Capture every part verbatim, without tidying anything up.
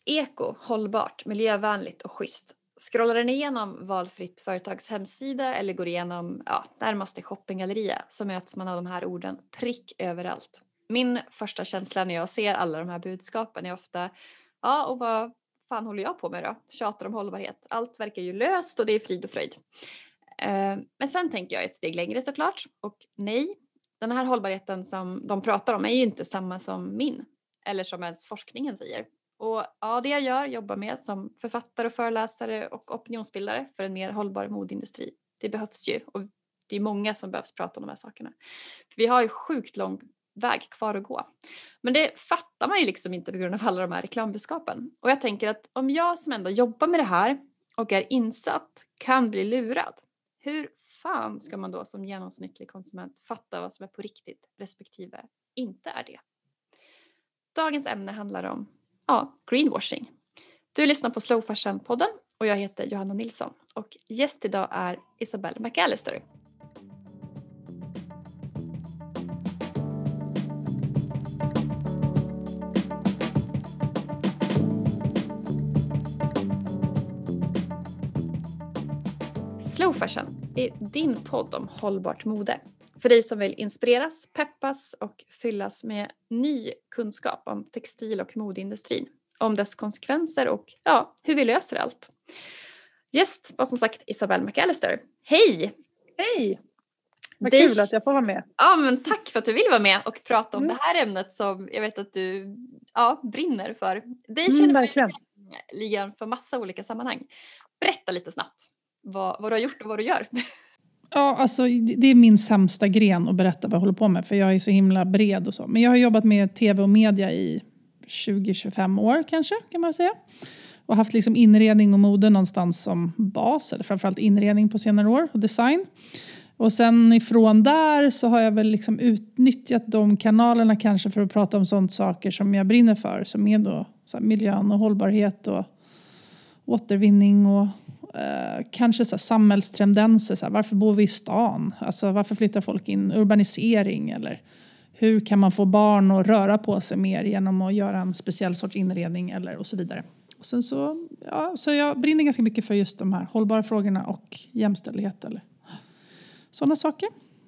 eko, hållbart, miljövänligt och schysst. Scrollar den igenom valfritt företags hemsida eller går igenom ja, närmaste shoppinggalleria så möts man av de här orden prick överallt. Min första känsla när jag ser alla de här budskapen är ofta, ja och vad fan håller jag på med då? Tjatar om hållbarhet. Allt verkar ju löst och det är frid och fröjd. Eh, men sen tänker jag ett steg längre såklart och nej, den här hållbarheten som de pratar om är ju inte samma som min eller som ens forskningen säger. Och ja, det jag gör, jobbar med som författare och föreläsare och opinionsbildare för en mer hållbar modeindustri. Det behövs ju och det är många som behövs prata om de här sakerna. För vi har ju sjukt lång väg kvar att gå. Men det fattar man ju liksom inte på grund av alla de här reklambudskapen. Och jag tänker att om jag som ändå jobbar med det här och är insatt kan bli lurad. Hur fan ska man då som genomsnittlig konsument fatta vad som är på riktigt respektive inte är det? Dagens ämne handlar om ja, greenwashing. Du lyssnar på Slow Fashion-podden och jag heter Johanna Nilsson och gäst idag är Isabelle McAllister. Slow Fashion är din podd om hållbart mode. För dig som vill inspireras, peppas och fyllas med ny kunskap om textil- och modeindustrin. Om dess konsekvenser och ja, hur vi löser allt. Gäst var som sagt Isabelle McAllister. Hej! Hej! Vad Dig... kul att jag får vara med. Ja, men tack för att du vill vara med och prata om Mm. det här ämnet som jag vet att du ja, brinner för. Dig Mm, känner verkligen. ligan för massa olika sammanhang. Berätta lite snabbt vad, vad du har gjort och vad du gör. Ja, alltså det är min sämsta gren att berätta vad jag håller på med. För jag är så himla bred och så. Men jag har jobbat med tv och media i tjugo till tjugofem år kanske, kan man säga. Och haft liksom inredning och mode någonstans som bas. Eller framförallt inredning på senare år och design. Och sen ifrån där så har jag väl liksom utnyttjat de kanalerna kanske för att prata om sånt saker som jag brinner för. Som är då så här, miljön och hållbarhet och återvinning och eh, kanske så här, samhällstendenser. Så här, varför bor vi i stan? Alltså varför flyttar folk in? Urbanisering eller hur kan man få barn att röra på sig mer genom att göra en speciell sorts inredning eller och så vidare. Och sen så, ja, så jag brinner ganska mycket för just de här hållbara frågorna och jämställdhet eller sådana saker.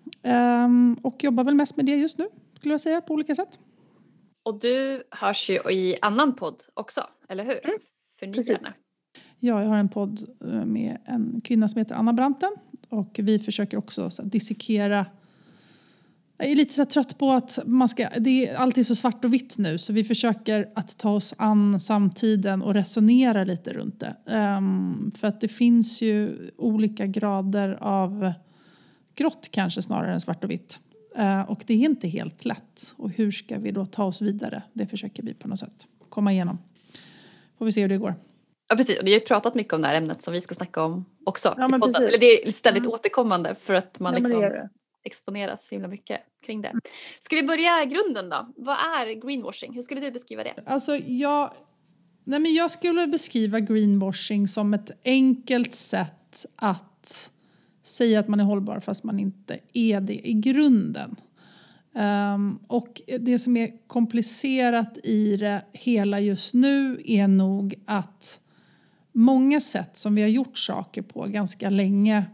Um, och jobbar väl mest med det just nu, skulle jag säga, på olika sätt. Och du hörs ju i annan podd också, eller hur? Mm, Förnyarna. Ja, jag har en podd med en kvinna som heter Anna Branten. Och vi försöker också så här, dissekera. Jag är lite så här trött på att man ska, det är alltid så svart och vitt nu. Så vi försöker att ta oss an samtiden och resonera lite runt det. Um, för att det finns ju olika grader av grått kanske snarare än svart och vitt. Uh, och det är inte helt lätt. Och hur ska vi då ta oss vidare? Det försöker vi på något sätt komma igenom. Får vi se hur det går. Ja, precis. Och vi har ju pratat mycket om det här ämnet som vi ska snacka om också. Ja, men i precis. Eller det är ständigt Mm. återkommande för att man Ja, men det liksom är det. exponeras så himla mycket kring det. Ska vi börja i grunden då? Vad är greenwashing? Hur skulle du beskriva det? Alltså jag, nej men jag skulle beskriva greenwashing som ett enkelt sätt att säga att man är hållbar fast man inte är det i grunden. Um, och det som är komplicerat i det hela just nu är nog att många sätt som vi har gjort saker på ganska länge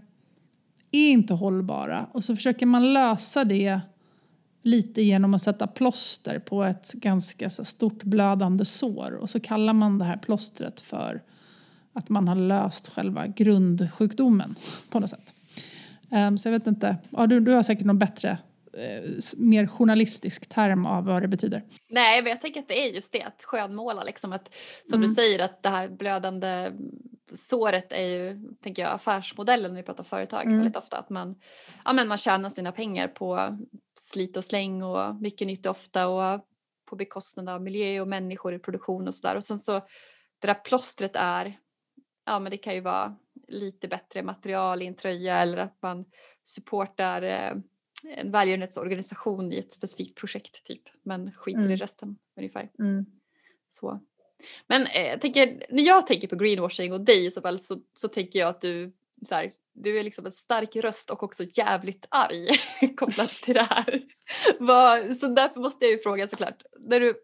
är inte hållbara. Och så försöker man lösa det lite genom att sätta plåster på ett ganska så stort blödande sår. Och så kallar man det här plåstret för att man har löst själva grundsjukdomen på något sätt. Um, så jag vet inte, ja, du, du har säkert någon bättre, eh, mer journalistisk term av vad det betyder. Nej, men jag tänker att det är just det, att skönmåla liksom att, som Mm. du säger, att det här blödande såret är ju, tänker jag, affärsmodellen när vi pratar företag Mm. väldigt ofta, att man, ja, men man tjänar sina pengar på slit och släng och mycket nytt ofta och på bekostnad av miljö och människor i produktion och sådär. Och sen så, det där plåstret är, ja men det kan ju vara lite bättre material i en tröja eller att man supportar eh, en välgörenhetsorganisation i ett specifikt projekt typ, men skiter Mm. i resten ungefär. Mm. Så. Men eh, jag tänker, när jag tänker på greenwashing och dig Isabelle, så, så tänker jag att du, så här, du är liksom en stark röst och också jävligt arg kopplat till det här. Vad, så därför måste jag ju fråga såklart, när du, när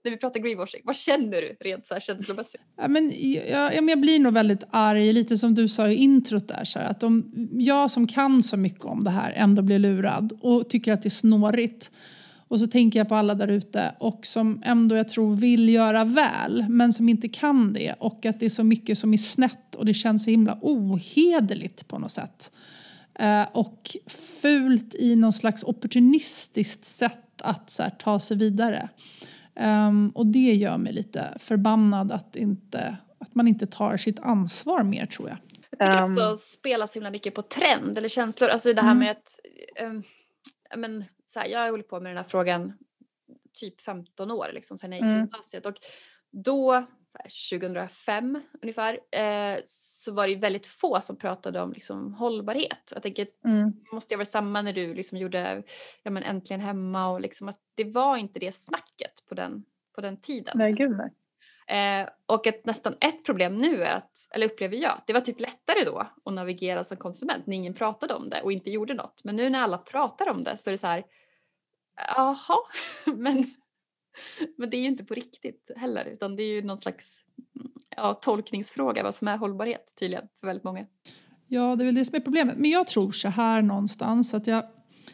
när vi pratar greenwashing? Vad känner du rent så här känslomässigt? Ja, men jag, jag, jag blir nog väldigt arg, lite som du sa i introt där. Så här, att om jag som kan så mycket om det här ändå blir lurad och tycker att det är snårigt. Och så tänker jag på alla där ute och som ändå jag tror vill göra väl men som inte kan det. Och att det är så mycket som är snett och det känns så himla ohederligt på något sätt. Eh, och fult i någon slags opportunistiskt sätt att så här, ta sig vidare. Um, och det gör mig lite förbannad att, inte, att man inte tar sitt ansvar mer, tror jag. Jag tycker också att spela så himla mycket på trend eller känslor. Alltså det här mm. med att... Um, men, så här, jag har hållit på med den här frågan typ femton år, liksom, sen jag gick i mm. gymnasiet. Och då, så här, tjugohundrafem ungefär, eh, så var det väldigt få som pratade om liksom, hållbarhet. Jag tänker att mm. det måste vara samma när du liksom, gjorde ja, men, Äntligen hemma. Och liksom, att det var inte det snacket på den, på den tiden. Nej, gud nej. Eh, och att nästan ett problem nu är att, eller upplever jag, det var typ lättare då att navigera som konsument när ingen pratade om det och inte gjorde något. Men nu när alla pratar om det så är det så här, jaha, men, men det är ju inte på riktigt heller, utan det är ju någon slags ja, tolkningsfråga vad som är hållbarhet tydligen för väldigt många. Ja, det är väl det som är problemet. Men jag tror så här någonstans att jag,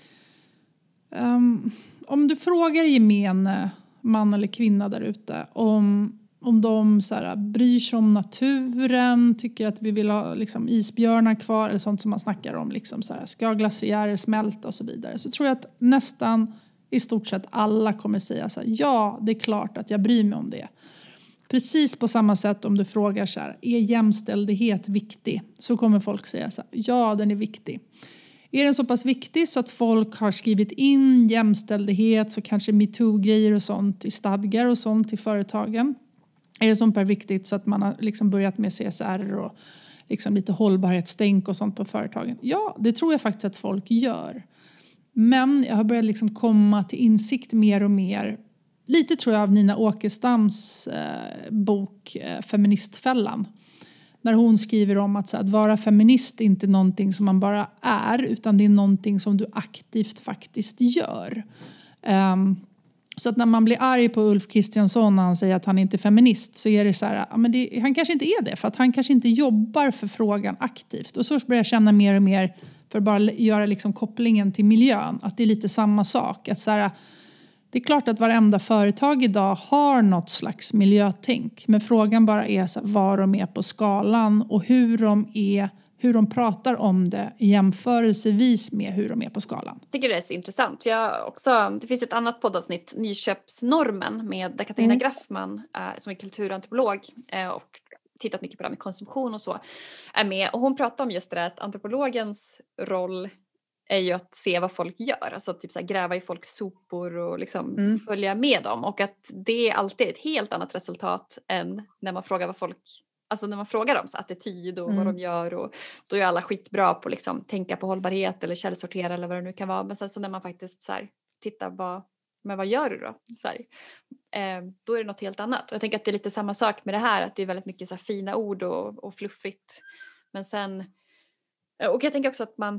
um, om du frågar gemene man eller kvinna där ute om Om de så här, bryr sig om naturen, tycker att vi vill ha liksom, isbjörnar kvar eller sånt som man snackar om. Liksom, så här, ska glaciärer smälta och så vidare. Så tror jag att nästan i stort sett alla kommer säga så här, ja, det är klart att jag bryr mig om det. Precis på samma sätt om du frågar så här, är jämställdhet viktig? Så kommer folk säga så här, ja, den är viktig. Är den så pass viktig så att folk har skrivit in jämställdhet, så kanske MeToo-grejer och sånt i stadgar och sånt till företagen? Är det så pass viktigt så att man har liksom börjat med C S R och liksom lite hållbarhetsstänk och sånt på företagen? Ja, det tror jag faktiskt att folk gör. Men jag har börjat liksom komma till insikt mer och mer. Lite tror jag av Nina Åkestams eh, bok eh, Feministfällan. När hon skriver om att, så, att vara feminist är inte någonting som man bara är. Utan det är någonting som du aktivt faktiskt gör. Um, Så att när man blir arg på Ulf Kristersson när han säger att han inte är feminist, så är det så här, ja, men det, han kanske inte är det. För att han kanske inte jobbar för frågan aktivt. Och så börjar jag känna mer och mer, för att bara göra liksom kopplingen till miljön, att det är lite samma sak. Att så här, det är klart att varenda företag idag har något slags miljötänk. Men frågan bara är så här, var de är på skalan och hur de är... hur de pratar om det jämförelsevis med hur de är på skalan. Jag tycker det är så intressant. Jag också, det finns ett annat poddavsnitt, Nyköpsnormen, med där Katarina mm. Graffman, är, som är kulturantropolog och tittat mycket på det här med konsumtion och så, är med. Och hon pratar om just det där att antropologens roll är ju att se vad folk gör. Alltså typ så här, gräva i folks sopor och liksom mm. följa med dem. Och att det är alltid ett helt annat resultat än när man frågar vad folk... Alltså när man frågar dem så attityd och mm. vad de gör, och då är alla skitbra på liksom tänka på hållbarhet eller källsortera eller vad det nu kan vara. Men sen så när man faktiskt så här, tittar vad, men vad gör du då? Så här, eh, då är det något helt annat. Och jag tänker att det är lite samma sak med det här, att det är väldigt mycket så här fina ord och, och fluffigt. Men sen, och jag tänker också att man,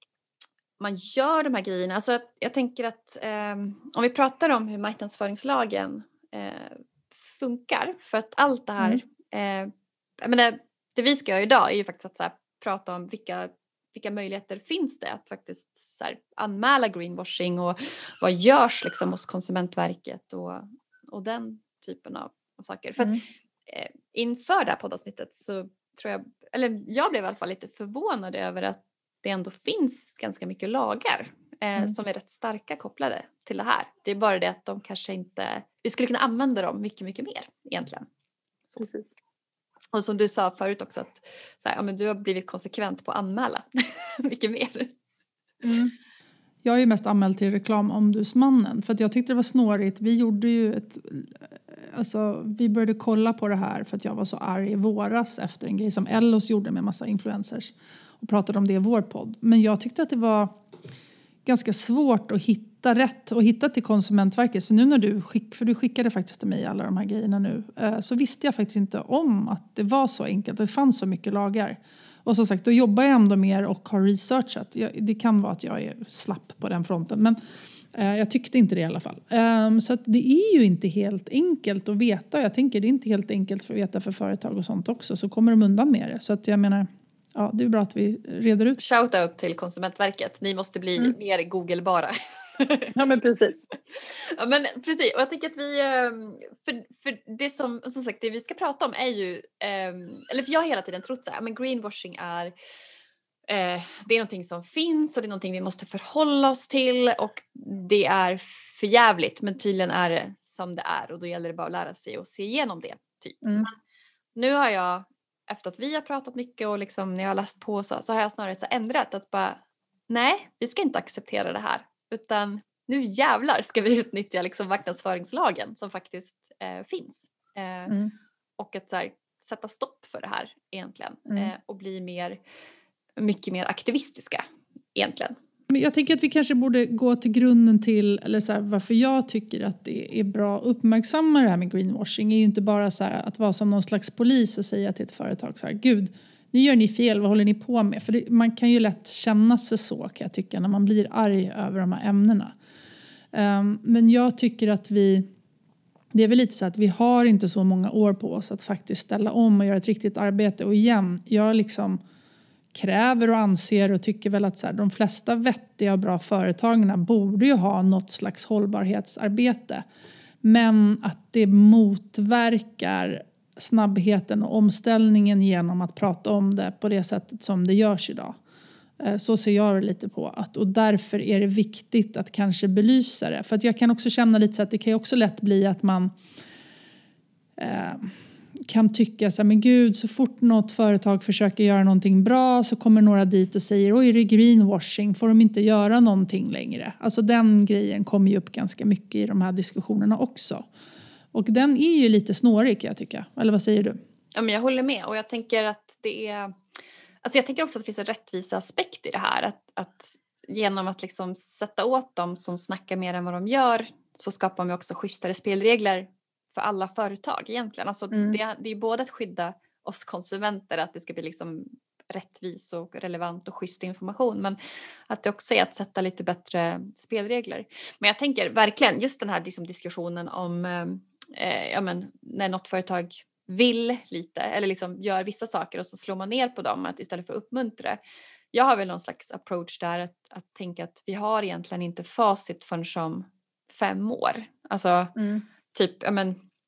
man gör de här grejerna. Alltså jag tänker att eh, om vi pratar om hur marknadsföringslagen eh, funkar, för att allt det här mm. eh, jag menar, det vi ska göra idag är ju faktiskt att så här, prata om vilka, vilka möjligheter finns det att faktiskt så här, anmäla greenwashing och vad görs liksom hos Konsumentverket och, och den typen av, av saker. För mm. att, eh, inför det här poddavsnittet så tror jag, eller jag blev i alla fall lite förvånad över att det ändå finns ganska mycket lagar eh, mm. som är rätt starka kopplade till det här. Det är bara det att de kanske inte, vi skulle kunna använda dem mycket, mycket mer egentligen. Så. Precis. Och som du sa förut också, att så här, ja, men du har blivit konsekvent på att anmäla mycket mer. Mm. Jag är ju mest anmäld till reklamombudsmannen för att jag tyckte det var snårigt. Vi gjorde ju ett, alltså vi började kolla på det här för att jag var så arg i våras efter en grej som Ellos gjorde med massa influencers och pratade om det i vår podd. Men jag tyckte att det var ganska svårt att hitta rätt och hitta till Konsumentverket. Så nu när du skick, för du skickade faktiskt till mig alla de här grejerna nu, så visste jag faktiskt inte om att det var så enkelt. Det fanns så mycket lagar. Och som sagt, då jobbar jag ändå mer och har researchat. Jag, det kan vara att jag är slapp på den fronten. Men Uh, jag tyckte inte det i alla fall. Um, så att det är ju inte helt enkelt att veta. Jag tänker det är inte helt enkelt för att veta för företag och sånt också. Så kommer de undan med det. Så att jag menar, ja, det är bra att vi reder ut. Shout out till Konsumentverket. Ni måste bli mm. mer googlebara. Ja, men precis. Ja, men precis. Och jag tänker att vi, för, för det som, som sagt, det vi ska prata om är ju, eller för jag har hela tiden trott så här, men greenwashing är, det är någonting som finns och det är någonting vi måste förhålla oss till och det är för jävligt, men tydligen är det som det är och då gäller det bara att lära sig och se igenom det. Typ. Mm. Men nu har jag, efter att vi har pratat mycket och liksom när jag har läst på så, så har jag snarare så ändrat att bara, nej, vi ska inte acceptera det här. Utan nu jävlar ska vi utnyttja liksom marknadsföringslagen som faktiskt eh, finns. Eh, mm. Och att så här, sätta stopp för det här egentligen. Mm. Eh, och bli mer, mycket mer aktivistiska egentligen. Men jag tänker att vi kanske borde gå till grunden till, eller så här, varför jag tycker att det är bra att uppmärksamma det här med greenwashing. Är ju inte bara så här, att vara som någon slags polis och säga till ett företag så här, gud, nu gör ni fel, vad håller ni på med? För det, man kan ju lätt känna sig så, kan jag tycka, när man blir arg över de här ämnena. Um, men jag tycker att vi, det är väl lite så att vi har inte så många år på oss att faktiskt ställa om och göra ett riktigt arbete. Och igen, jag liksom kräver och anser och tycker väl att så här, de flesta vettiga och bra företagarna borde ju ha något slags hållbarhetsarbete. Men att det motverkar snabbheten och omställningen genom att prata om det på det sättet som det görs idag. Så ser jag det lite på. Att, och därför är det viktigt att kanske belysa det. För att jag kan också känna lite så att det kan ju också lätt bli att man eh, kan tycka så här, men gud, så fort något företag försöker göra någonting bra så kommer några dit och säger, oj, är det greenwashing? Får de inte göra någonting längre? Alltså den grejen kommer ju upp ganska mycket i de här diskussionerna också. Och den är ju lite snårig, jag tycker. Eller vad säger du? Ja, men jag håller med. Och jag tänker att det är... Alltså jag tänker också att det finns en rättvisa aspekt i det här. Att, att genom att liksom sätta åt dem som snackar mer än vad de gör så skapar man också schysstare spelregler för alla företag egentligen. Alltså mm. det, det är både att skydda oss konsumenter, att det ska bli liksom rättvis och relevant och schysst information, men att det också är att sätta lite bättre spelregler. Men jag tänker verkligen just den här liksom diskussionen om eh, ja, men, när något företag vill lite eller liksom gör vissa saker och så slår man ner på dem att istället för att uppmuntra. Jag har väl någon slags approach där att, att tänka att vi har egentligen inte facit förrän som fem år. Alltså mm. typ, ja men,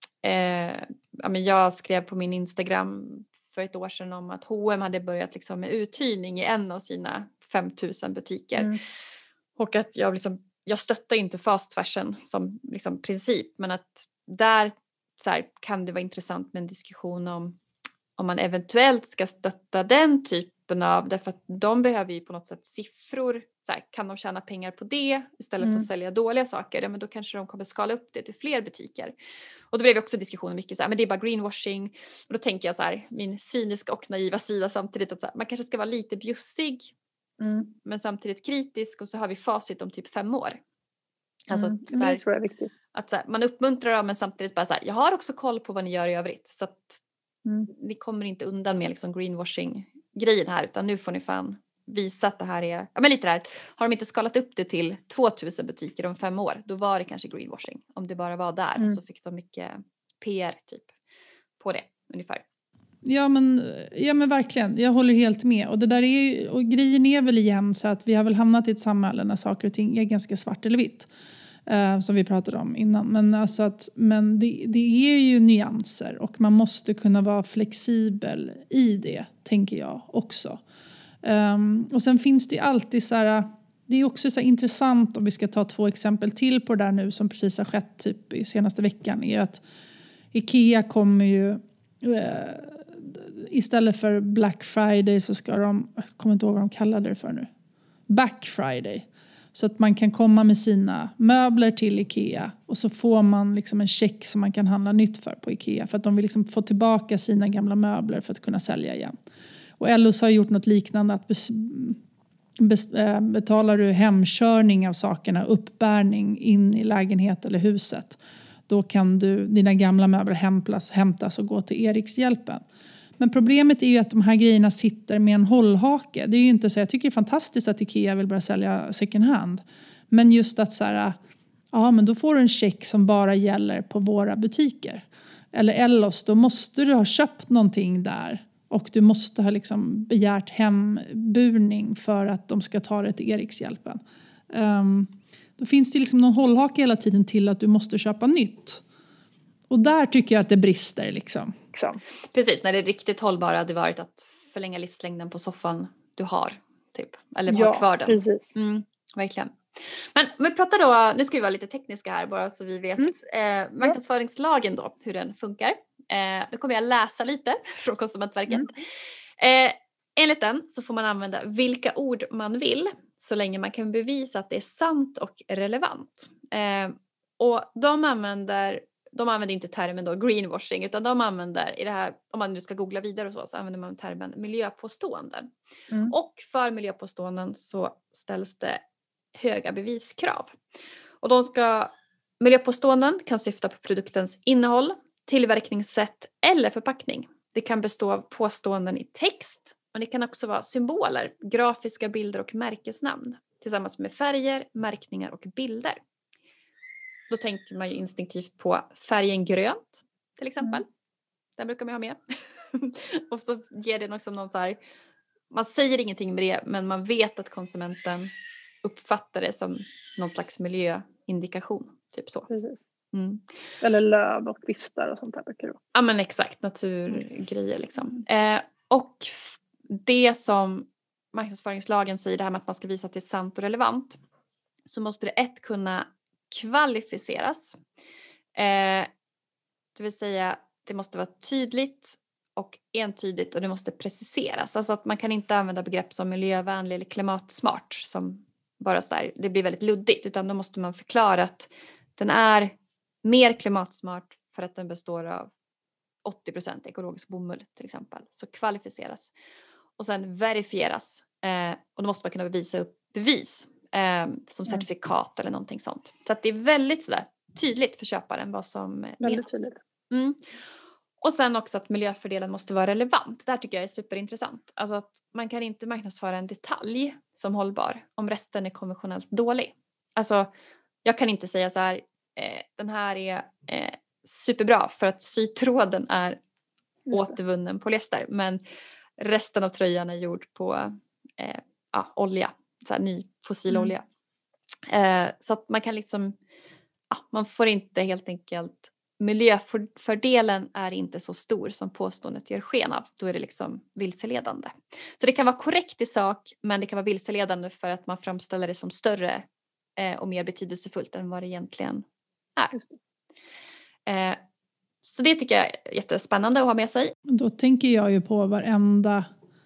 eh, ja men jag skrev på min Instagram för ett år sedan om att H och M hade börjat liksom med uthyrning i en av sina femtusen butiker. Mm. Och att jag liksom, jag stöttar inte fast fashion som liksom princip, men att där så här, kan det vara intressant med en diskussion om om man eventuellt ska stötta den typen av, därför att de behöver ju på något sätt siffror, så här, kan de tjäna pengar på det istället mm. för att sälja dåliga saker, ja, men då kanske de kommer skala upp det till fler butiker. Och då blev det också diskussioner mycket så här, men det är bara greenwashing, och då tänker jag så här, min cyniska och naiva sida samtidigt att så här, man kanske ska vara lite bjussig mm. men samtidigt kritisk, och så har vi facit om typ fem år. Alltså mm. så här, det tror jag är viktigt. Att så här, man uppmuntrar dem men samtidigt bara så här, jag har också koll på vad ni gör i övrigt, så att mm. ni kommer inte undan med liksom greenwashing-grejen här, utan nu får ni fan visa att det här är, ja men lite där, har de inte skalat upp det till tvåtusen butiker om fem år, då var det kanske greenwashing. Om det bara var där mm. så fick de mycket P R typ på det ungefär. Ja men, ja men verkligen, jag håller helt med. Och det där är ju, och grejen är väl igen så att vi har väl hamnat i ett samhälle när saker och ting är ganska svart eller vitt. Uh, som vi pratade om innan. Men, alltså att, men det, det är ju nyanser och man måste kunna vara flexibel i det, tänker jag också. Um, och sen finns det ju alltid så här, det är också så här intressant, om vi ska ta två exempel till på det där nu som precis har skett typ i senaste veckan, är att IKEA kommer ju uh, istället för Black Friday så ska de, jag kommer inte ihåg vad de kallade det för nu, Back Friday. Så att man kan komma med sina möbler till IKEA och så får man liksom en check som man kan handla nytt för på IKEA. För att de vill liksom få tillbaka sina gamla möbler för att kunna sälja igen. Och L O S har gjort något liknande, att bes, bes, äh, betalar du hemkörning av sakerna, uppbärning in i lägenhet eller huset, då kan du, dina gamla möbler hämtas, hämtas och gå till Erikshjälpen. Men problemet är ju att de här grejerna sitter med en hållhake. Det är ju inte så, jag tycker det är fantastiskt att IKEA vill börja sälja second hand. Men just att så här, ja men då får du en check som bara gäller på våra butiker. Eller Ellos, då måste du ha köpt någonting där. Och du måste ha liksom begärt hemburning för att de ska ta det till Erikshjälpen. Um, då finns det liksom någon hållhake hela tiden till att du måste köpa nytt. Och där tycker jag att det brister liksom. Precis, när det riktigt hållbara hade varit att förlänga livslängden på soffan du har. Typ. Eller Ja, ha kvar den. precis. Mm, verkligen. Men om vi pratar då, nu ska vi vara lite tekniska här bara så vi vet Mm. eh, marknadsföringslagen då, hur den funkar. Eh, nu kommer jag läsa lite från Konsumentverket. Mm. Eh, enligt den så får man använda vilka ord man vill så länge man kan bevisa att det är sant och relevant. Eh, och de använder, de använder inte termen då greenwashing utan de använder i det här, om man nu ska googla vidare och så, så använder man termen miljöpåståenden. Mm. Och för miljöpåståenden så ställs det höga beviskrav. Och de ska, miljöpåståenden kan syfta på produktens innehåll, tillverkningssätt eller förpackning. Det kan bestå av påståenden i text, men det kan också vara symboler, grafiska bilder och märkesnamn tillsammans med färger, märkningar och bilder. Då tänker man ju instinktivt på färgen grönt till exempel. Mm. Den brukar man ha med. Och så ger det också någon så här, man säger ingenting med det men man vet att konsumenten uppfattar det som någon slags miljöindikation. Typ så. Precis. Mm. Eller löv och kvistar och sånt där brukar det vara. Ja men exakt, naturgrejer liksom. Eh, och det som marknadsföringslagen säger, det här med att man ska visa att det är sant och relevant. Så måste det ett kunna kvalificeras. Eh, det vill säga det måste vara tydligt och entydigt och det måste preciseras. Alltså att man kan inte använda begrepp som miljövänlig eller klimatsmart som bara så där, det blir väldigt luddigt, utan då måste man förklara att den är mer klimatsmart för att den består av åttio procent ekologisk bomull till exempel. Så kvalificeras. Och sen verifieras. Eh, och då måste man kunna bevisa upp bevis. Eh, som certifikat eller någonting sånt. Så att det är väldigt sådär tydligt för köparen vad som Väldigt menas. tydligt. Mm. Och sen också att miljöfördelen måste vara relevant. Det här tycker jag är superintressant. Alltså att man kan inte marknadsföra en detalj som hållbar om resten är konventionellt dålig. Alltså jag kan inte säga så här, eh, den här är eh, superbra för att sytråden är återvunnen polyester. Men resten av tröjan är gjord på eh, ja, olja, så här, ny fossilolja. Mm. Eh, så att man kan liksom, ja, man får inte helt enkelt, miljöfördelen är inte så stor som påståendet gör sken av. Då är det liksom vilseledande. Så det kan vara korrekt i sak, men det kan vara vilseledande för att man framställer det som större eh, och mer betydelsefullt än vad det egentligen är. Eh, så det tycker jag är jättespännande att ha med sig. Då tänker jag ju på varenda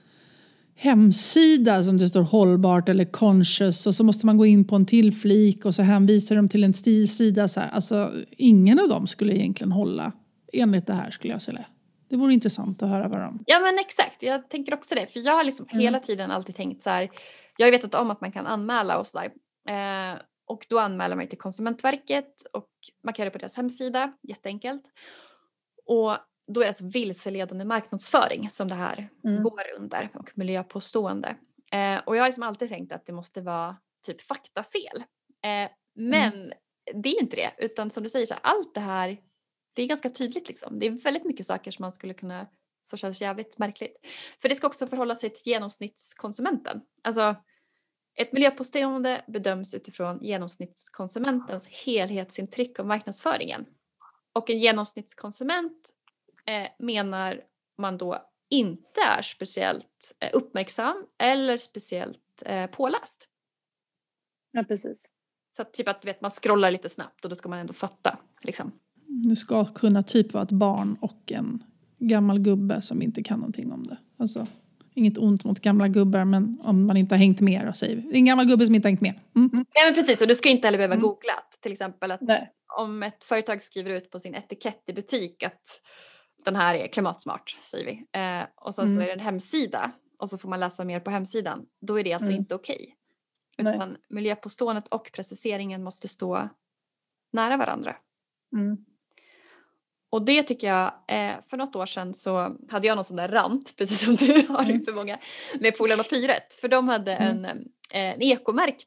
hemsida som det står hållbart eller conscious och så måste man gå in på en till flik och så hänvisar de till en stilsida så här. Alltså ingen av dem skulle egentligen hålla enligt det här skulle jag säga. Det vore intressant att höra vad de... Ja men exakt, jag tänker också det. För jag har liksom mm. hela tiden alltid tänkt så här. Jag har vetat om att man kan anmäla och sådär. Eh, och då anmäler man till Konsumentverket och man kan göra det på deras hemsida. Jätteenkelt. Och då är det alltså vilseledande marknadsföring som det här mm. går under och miljöpåstående. Eh, och jag har liksom alltid tänkt att det måste vara typ faktafel. Eh, men mm. det är ju inte det. Utan som du säger, så här, allt det här, det är ganska tydligt liksom. Det är väldigt mycket saker som man skulle kunna, som känns jävligt märkligt. För det ska också förhålla sig till genomsnittskonsumenten. Alltså ett miljöpåstående bedöms utifrån genomsnittskonsumentens helhetsintryck av marknadsföringen. Och en genomsnittskonsument eh, menar man då inte är speciellt eh, uppmärksam eller speciellt eh, påläst. Ja, precis. Så att, typ att vet, man scrollar lite snabbt och då ska man ändå fatta. Liksom. Du ska kunna typ vara ett barn och en gammal gubbe som inte kan någonting om det. Alltså, inget ont mot gamla gubbar, men om man inte har hängt med och säger en gammal gubbe som inte har hängt med. Mm. Mm. Ja, men precis, och du ska inte heller behöva mm. googla. Till exempel att Nej. Om ett företag skriver ut på sin etikett i butik att den här är klimatsmart, säger vi. Eh, och sen mm. så är det en hemsida och så får man läsa mer på hemsidan. Då är det alltså mm. inte okej. Utan Nej. miljöpåståendet och preciseringen måste stå nära varandra. Mm. Och det tycker jag, eh, för något år sedan så hade jag någon sån där rant, precis som du har mm. för många, med Polen och Pyret. För de hade mm. en, en ekomärkning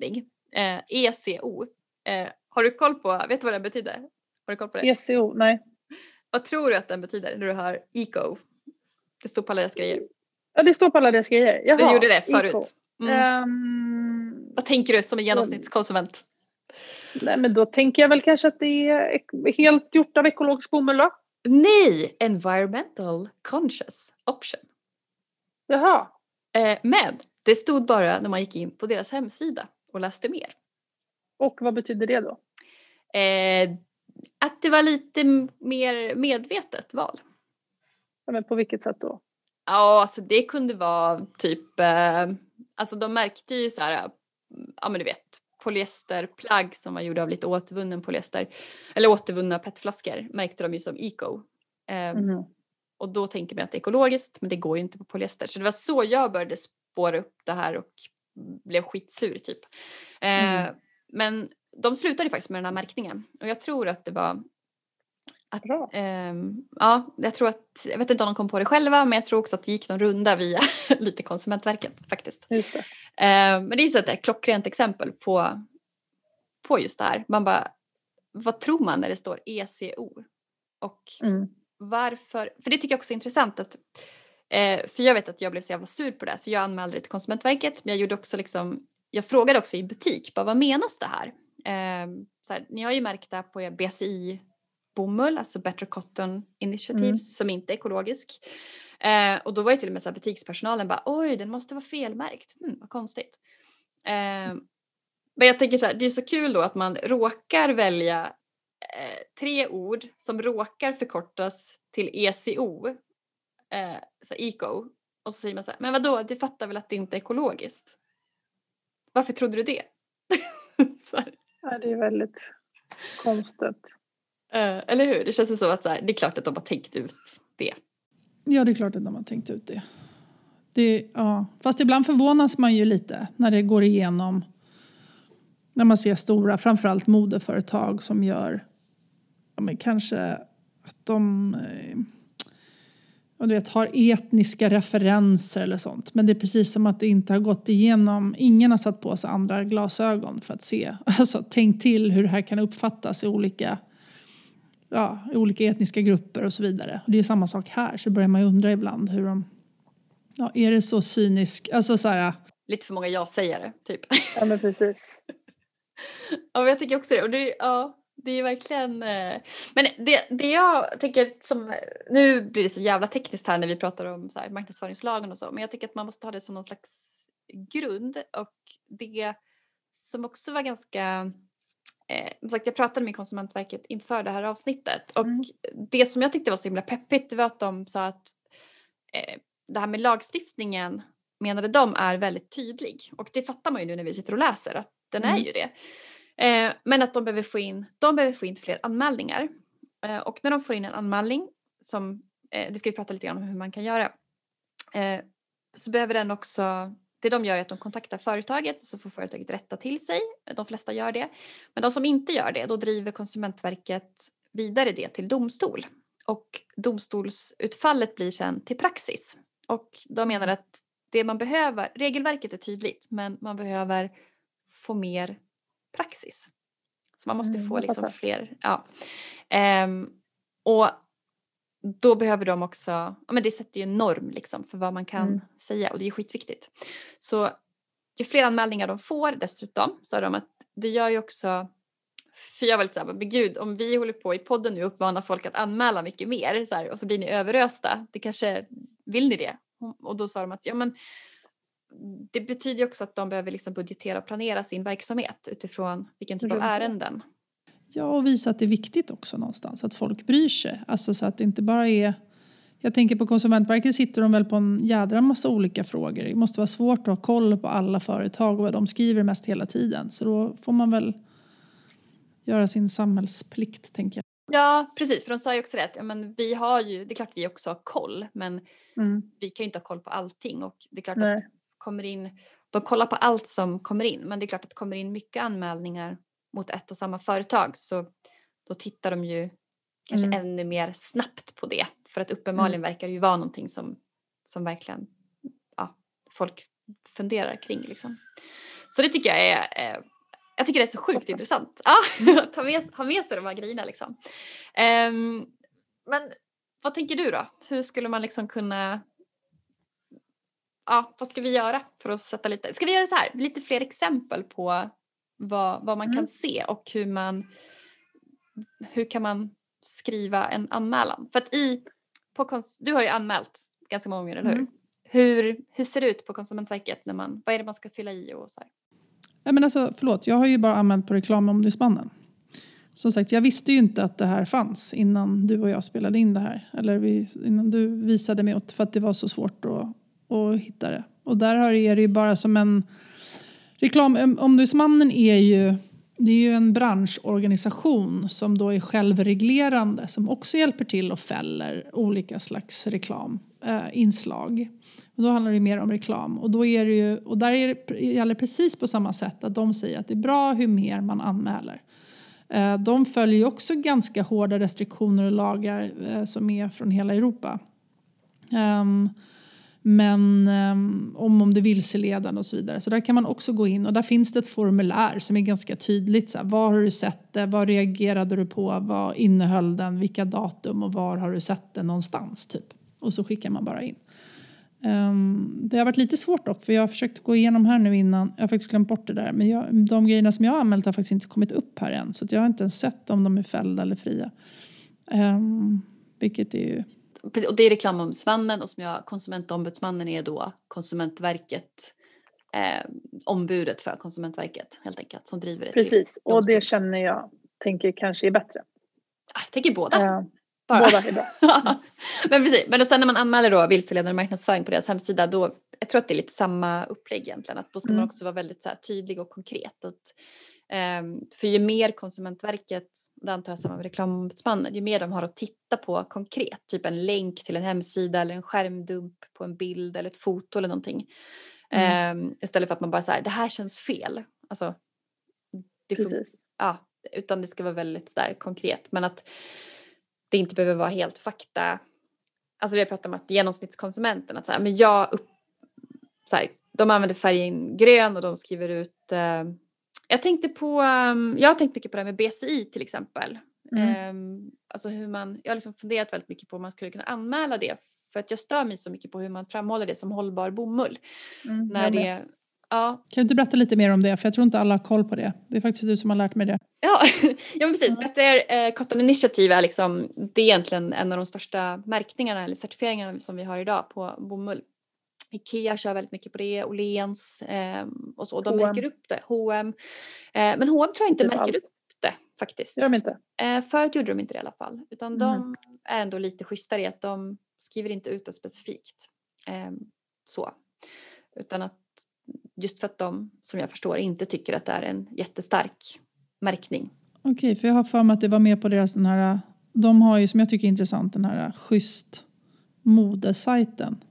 Eh, E C O. Eh, har du koll på, vet du vad det betyder? Har du koll på det? E C O, nej. Vad tror du att den betyder när du hör eco? Det står på alla deras grejer. Ja, det står på alla deras grejer. Jaha, Det gjorde det eco. förut. Mm. Um, Vad tänker du som en genomsnittskonsument? nej, men då tänker jag väl kanske att det är ek- helt gjort av ekologisk bomull då. Nej, environmental conscious option. Jaha. Eh, men det stod bara när man gick in på deras hemsida och läste mer. Och vad betyder det då? Eh, att det var lite m- mer medvetet val. Ja, men på vilket sätt då? Ja, alltså det kunde vara typ, eh, alltså de märkte ju så här, ja men du vet, polyesterplagg som var gjorda av lite återvunnen polyester, eller återvunna petflaskor märkte de ju som eco. Eh, Mhm. Och då tänker man att det är ekologiskt, men det går ju inte på polyester. Så det var så jag började spåra upp det här och blev skitsur typ. Eh, Mm. Men de slutade faktiskt med den här märkningen. Och jag tror att det var att, Bra. ehm, ja, jag tror att, jag vet inte om de kom på det själva, men jag tror också att det gick någon runda via lite Konsumentverket faktiskt. Just det. Eh, men det är ju så att det är ett klockrent exempel på, på just det här. Man bara, vad tror man när det står E C O? Och Mm. varför, för det tycker jag också är intressant att, eh, för jag vet att jag blev så jävla sur på det, så jag anmälde det till Konsumentverket, men jag gjorde också liksom, jag frågade också i butik, bara vad menas det här? Eh, så här, ni har ju märkt det på er B C I bomull, alltså Better Cotton Initiatives, Mm. som inte är ekologisk. Eh, och då var det till och med så här butikspersonalen bara, oj den måste vara felmärkt, hmm, vad konstigt. Eh, men jag tänker så här, det är så kul då att man råkar välja eh, tre ord som råkar förkortas till E C O, eh, så eco, och så säger man så här, men vadå, du fattar väl att det inte är ekologiskt? Varför trodde du det? så här. Ja, det är väldigt konstigt. Eh, eller hur? Det känns så att så här, det är klart att de har tänkt ut det. Ja, det är klart att de har tänkt ut det. det ja. Fast ibland förvånas man ju lite när det går igenom. När man ser stora, framförallt modeföretag som gör, ja, men kanske att de eh, och du vet, har etniska referenser eller sånt. Men det är precis som att det inte har gått igenom. Ingen har satt på sig andra glasögon för att se. Alltså tänk till hur det här kan uppfattas i olika, ja, i olika etniska grupper och så vidare. Och det är samma sak här. Så börjar man ju undra ibland hur de, ja, är det så cynisk? Alltså så här. Lite för många ja-sägare, typ. Ja, men precis. Ja, men jag tycker också det. Och det, ja, det är verkligen... Eh, men det, det jag tänker som... Nu blir det så jävla tekniskt här när vi pratar om så här, marknadsföringslagen och så. Men jag tycker att man måste ha det som någon slags grund. Och det som också var ganska... Eh, som sagt, jag pratade med Konsumentverket inför det här avsnittet. Och Mm. det som jag tyckte var så himla peppigt, det var att de sa att eh, det här med lagstiftningen, menade de, är väldigt tydlig. Och det fattar man ju nu när vi sitter och läser, att den Mm. är ju det. Eh, men att de behöver få in, de behöver få in fler anmälningar. Eh, och när de får in en anmälning, som, eh, det ska vi prata lite grann om hur man kan göra. Eh, så behöver den också, det de gör är att de kontaktar företaget, så får företaget rätta till sig. De flesta gör det. Men de som inte gör det, då driver Konsumentverket vidare det till domstol. Och domstolsutfallet blir sen till praxis. Och de menar att det man behöver, regelverket är tydligt, men man behöver få mer praxis. Så man måste Mm, få jag liksom fattar. fler, ja. Ehm, och då behöver de också, ja men det sätter ju en norm liksom för vad man kan Mm. säga, och det är skitviktigt. Så ju fler anmälningar de får dessutom, så är de att det gör ju också, för jag var lite såhär, men gud, om vi håller på i podden nu och uppmanar folk att anmäla mycket mer så här, och så blir ni överösta, det kanske, vill ni det? Och då sa de att ja men det betyder ju också att de behöver liksom budgetera och planera sin verksamhet utifrån vilken typ av Runt det. ärenden. Ja, och visa att det är viktigt också någonstans. Att folk bryr sig. Alltså så att det inte bara är... Jag tänker på Konsumentverket sitter de väl på en jädra massa olika frågor. Det måste vara svårt att ha koll på alla företag och vad de skriver mest hela tiden. Så då får man väl göra sin samhällsplikt, tänker jag. Ja, precis. För de sa ju också det att ja, men vi har ju, det är klart vi också har koll, men Mm. vi kan ju inte ha koll på allting. Och det är klart Nej. att kommer in, de kollar på allt som kommer in, men det är klart att det kommer in mycket anmälningar mot ett och samma företag, så då tittar de ju kanske Mm. ännu mer snabbt på det, för att uppenbarligen verkar det ju vara någonting som, som verkligen, ja, folk funderar kring liksom. Så det tycker jag är, är, Jag tycker det är så sjukt Toppen. Intressant. Ja, ta med, ha med sig de här grejerna liksom. Um, men vad tänker du då? Hur skulle man liksom kunna... Ja, vad ska vi göra för att sätta lite... Ska vi göra så här? Lite fler exempel på vad, vad man mm. kan se och hur man... Hur kan man skriva en anmälan? För att i... På kons- du har ju anmält ganska många gånger, eller hur? Mm. Hur, hur ser det ut på Konsumentverket? När man, vad är det man ska fylla i och så här? Ja, men alltså, förlåt, jag har ju bara anmält på reklamombudsmannen. Som sagt, jag visste ju inte att det här fanns innan du och jag spelade in det här. Eller vi, innan du visade mig åt, för att det var så svårt att, att hitta det. Och där har det, är det ju bara som en... Reklamombudsmannen är ju... Det är ju en branschorganisation som då är självreglerande. Som också hjälper till och fäller olika slags reklaminslag. Eh, och då handlar det mer om reklam. Och, då är det ju, och där är det, gäller precis på samma sätt att de säger att det är bra hur mer man anmäler. Eh, de följer ju också ganska hårda restriktioner och lagar eh, som är från hela Europa. Um, Men um, om, om det vilseledande och så vidare. Så där kan man också gå in. Och där finns det ett formulär som är ganska tydligt. Så här, var har du sett det? Vad reagerade du på? Vad innehöll den? Vilka datum? Och var har du sett det någonstans? Typ. Och så skickar man bara in. Um, det har varit lite svårt dock. För jag har försökt gå igenom här nu innan. Jag har faktiskt glömt bort det där. Men jag, de grejerna som jag har anmält har faktiskt inte kommit upp här än. Så jag har inte ens sett om de är fällda eller fria. Um, vilket är ju... Och det är reklamombudsmannen och som jag, konsumentombudsmannen är då Konsumentverket, eh, ombudet för Konsumentverket helt enkelt som driver det. Precis, och det känner jag tänker kanske är bättre. Jag tänker båda. Uh, båda är bra. Men precis, men sen när man anmäler då vilseledande marknadsföring på deras hemsida då, jag tror att det är lite samma upplägg egentligen, att då ska mm. man också vara väldigt så här, tydlig och konkret. Att, Um, för ju mer Konsumentverket, det antar jag samma med reklamombudsmannen, ju mer de har att titta på konkret, typ en länk till en hemsida eller en skärmdump på en bild eller ett foto eller någonting. Mm. Um, istället för att man bara säger det här känns fel. Alltså, det får, ja, utan det ska vara väldigt så där, konkret. Men att det inte behöver vara helt fakta. Alltså det jag pratar om att genomsnittskonsumenten, att så här, men jag upp, så här, de använder färgen grön och de skriver ut uh, Jag tänkte på, um, jag har tänkt mycket på det här med B C I till exempel. Mm. Um, alltså hur man, jag har liksom funderat väldigt mycket på om man skulle kunna anmäla det. För att jag stör mig så mycket på hur man framhåller det som hållbar bomull. Mm, när det, ja. Kan du inte berätta lite mer om det? För jag tror inte alla har koll på det. Det är faktiskt du som har lärt mig det. Ja, ja men precis. Mm. Better eh, Cotton Initiative är liksom, det är egentligen en av de största märkningarna eller certifieringarna som vi har idag på bomull. Ikea kör väldigt mycket på det, Åhléns eh, och så. De H och M. Märker upp det. H och M. Eh, men H och M tror jag inte märker upp det faktiskt. Gör de inte? Eh, förut gjorde de inte det i alla fall. Utan mm. de är ändå lite schysstare i att de skriver inte ut det specifikt. Eh, så. Utan att just för att de, som jag förstår, inte tycker att det är en jättestark märkning. Okej, okay, för jag har för mig att det var med på deras den här, de har ju som jag tycker är intressant den här schysst modesajten.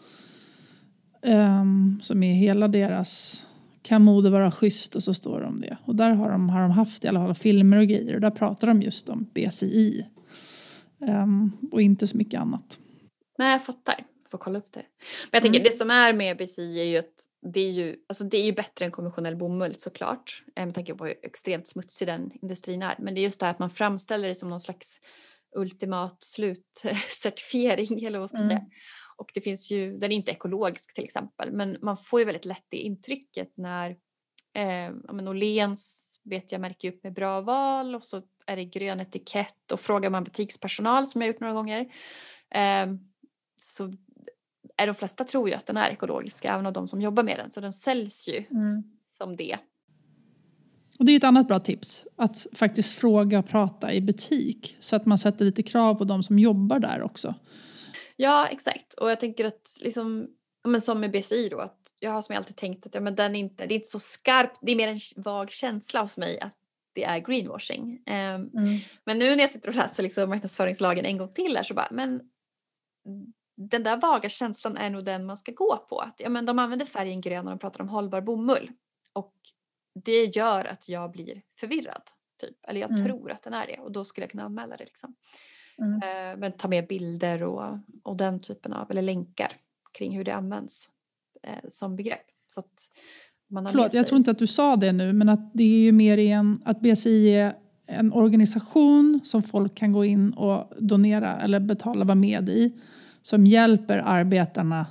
Um, som är hela deras kan mode vara schysst och så står de det. Och där har de, har de haft i alla fall filmer och grejer och där pratar de just om B C I. Um, och inte så mycket annat. Nej, jag fattar. Jag får kolla upp det. Men jag tänker, mm. det som är med B C I är ju att det är ju, alltså det är ju bättre än konventionell bomull såklart. Med tanke på hur extremt smutsig den industrin är. Men det är just det här att man framställer det som någon slags ultimat slutcertifiering eller vad ska jag säga. Mm. Och det finns ju, den är inte ekologisk till exempel. Men man får ju väldigt lätt det intrycket när eh, ja, men Åhléns vet jag märker upp med bra val. Och så är det grön etikett. Och frågar man butikspersonal som jag har gjort några gånger. Eh, så är de flesta tror ju att den är ekologisk. Även av de som jobbar med den. Så den säljs ju mm. som det. Och det är ett annat bra tips. Att faktiskt fråga och prata i butik. Så att man sätter lite krav på de som jobbar där också. Ja, exakt. Och jag tänker att liksom, men som med B C I då, att jag har som jag alltid tänkt att ja, men den inte, det är inte så skarpt, det är mer en vag känsla hos mig att det är greenwashing. Um, mm. Men nu när jag sitter och läser liksom marknadsföringslagen en gång till här så bara, men den där vaga känslan är nog den man ska gå på. Att, ja, men de använder färgen grön när de pratar om hållbar bomull. Och det gör att jag blir förvirrad. Typ. Eller jag mm. tror att den är det. Och då skulle jag kunna anmäla det liksom. Mm. Men ta med bilder och, och den typen av, eller länkar kring hur det används eh, som begrepp. Så att man har Förlåt, med sig. jag tror inte att du sa det nu, men att det är ju mer i en, att B S I är en organisation som folk kan gå in och donera eller betala, vara med i, som hjälper arbetarna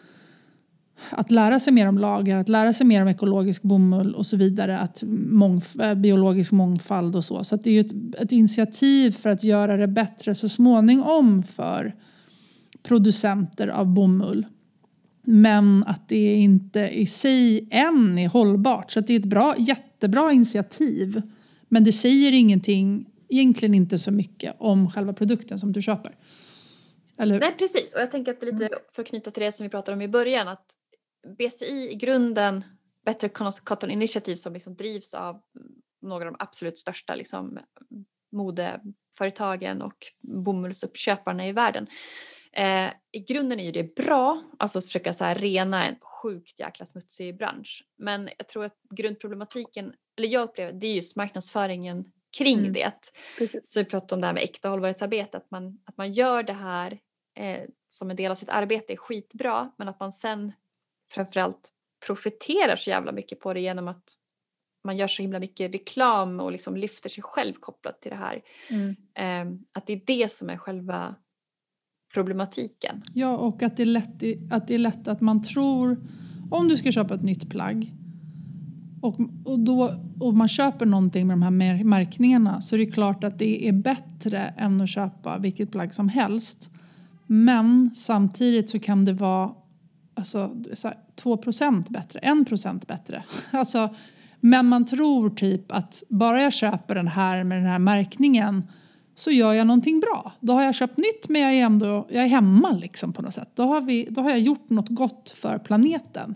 att lära sig mer om lager, att lära sig mer om ekologisk bomull och så vidare, att mångf- biologisk mångfald och så. Så att det är ju ett, ett initiativ för att göra det bättre så småningom för producenter av bomull. Men att det inte i sig än är hållbart. Så att det är ett bra, jättebra initiativ. Men det säger ingenting, egentligen inte så mycket om själva produkten som du köper. Eller? Nej, precis. Och jag tänker att det är lite för att knyta till det som vi pratade om i början. Att B S I i grunden, Better Cotton Initiative, som liksom drivs av några av de absolut största liksom, modeföretagen och bomullsuppköparna i världen. Eh, I grunden är ju det bra, alltså att försöka så här rena en sjukt jäkla smutsig bransch. Men jag tror att grundproblematiken, eller jag upplever, det är just marknadsföringen kring Mm. det. Precis. Så vi pratar om det här med äkta hållbarhetsarbete, att man, att man gör det här eh, som en del av sitt arbete är skitbra, men att man sen framförallt profiterar så jävla mycket på det genom att man gör så himla mycket reklam och liksom lyfter sig själv kopplat till det här. Mm. Eh, att det är det som är själva problematiken. Ja, och att det, är lätt, att det är lätt att man tror, om du ska köpa ett nytt plagg och, och, då, och man köper någonting med de här märkningarna, så är det klart att det är bättre än att köpa vilket plagg som helst. Men samtidigt så kan det vara alltså, så här, två procent bättre, en procent bättre. Alltså, men man tror typ att bara jag köper den här med den här märkningen så gör jag någonting bra. Då har jag köpt nytt, men jag är ändå jag är hemma liksom på något sätt. Då har, vi, då har jag gjort något gott för planeten.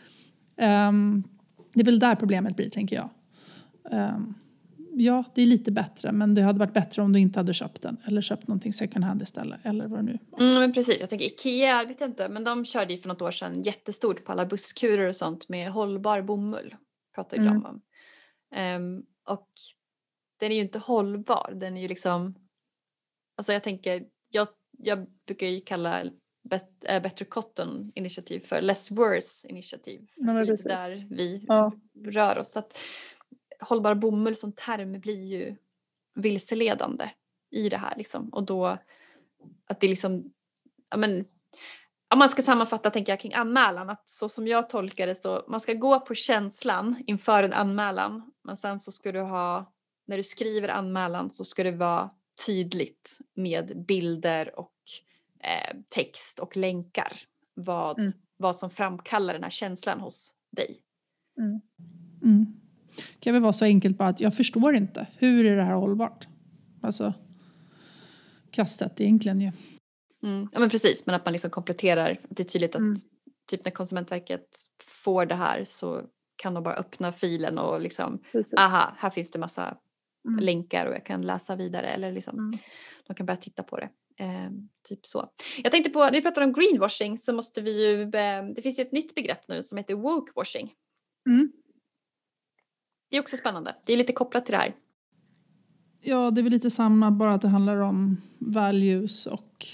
Um, det är väl där problemet blir, tänker jag. Um, ja, det är lite bättre, men det hade varit bättre om du inte hade köpt den. Eller köpt någonting second hand istället. Eller vad det nu var. Mm, men precis, jag tänker Ikea, vet jag inte, men de körde ju för något år sedan jättestort på alla busskurer och sånt med hållbar bomull. Pratar ju Mm. de om. Um, och den är ju inte hållbar. Den är ju liksom, alltså jag tänker, jag, jag brukar ju kalla Bet, äh, Better Cotton Initiative för Less Worse Initiative. Ja, men det är precis. där vi Ja. rör oss. Så att hållbar bomull som term blir ju vilseledande i det här liksom. Och då att det liksom, ja men, om man ska sammanfatta tänker jag kring anmälan, att så som jag tolkar det, så man ska gå på känslan inför en anmälan, men sen så ska du ha, när du skriver anmälan så ska det vara tydligt med bilder och eh, text och länkar vad, Mm. vad som framkallar den här känslan hos dig. Mm. Mm. Det kan väl vara så enkelt bara att jag förstår inte. Hur är det här hållbart? Alltså, krasst sett egentligen ju. Mm. Ja men precis, men att man liksom kompletterar. Det är tydligt att Mm. typ när Konsumentverket får det här så kan de bara öppna filen och liksom, Precis. aha, här finns det massa Mm. länkar och jag kan läsa vidare eller liksom, Mm. de kan börja titta på det. Eh, typ så. Jag tänkte på, när vi pratar om greenwashing så måste vi ju, eh, det finns ju ett nytt begrepp nu som heter wokewashing. Mm. Det är också spännande. Det är lite kopplat till det här. Ja, det är väl lite samma, bara att det handlar om values och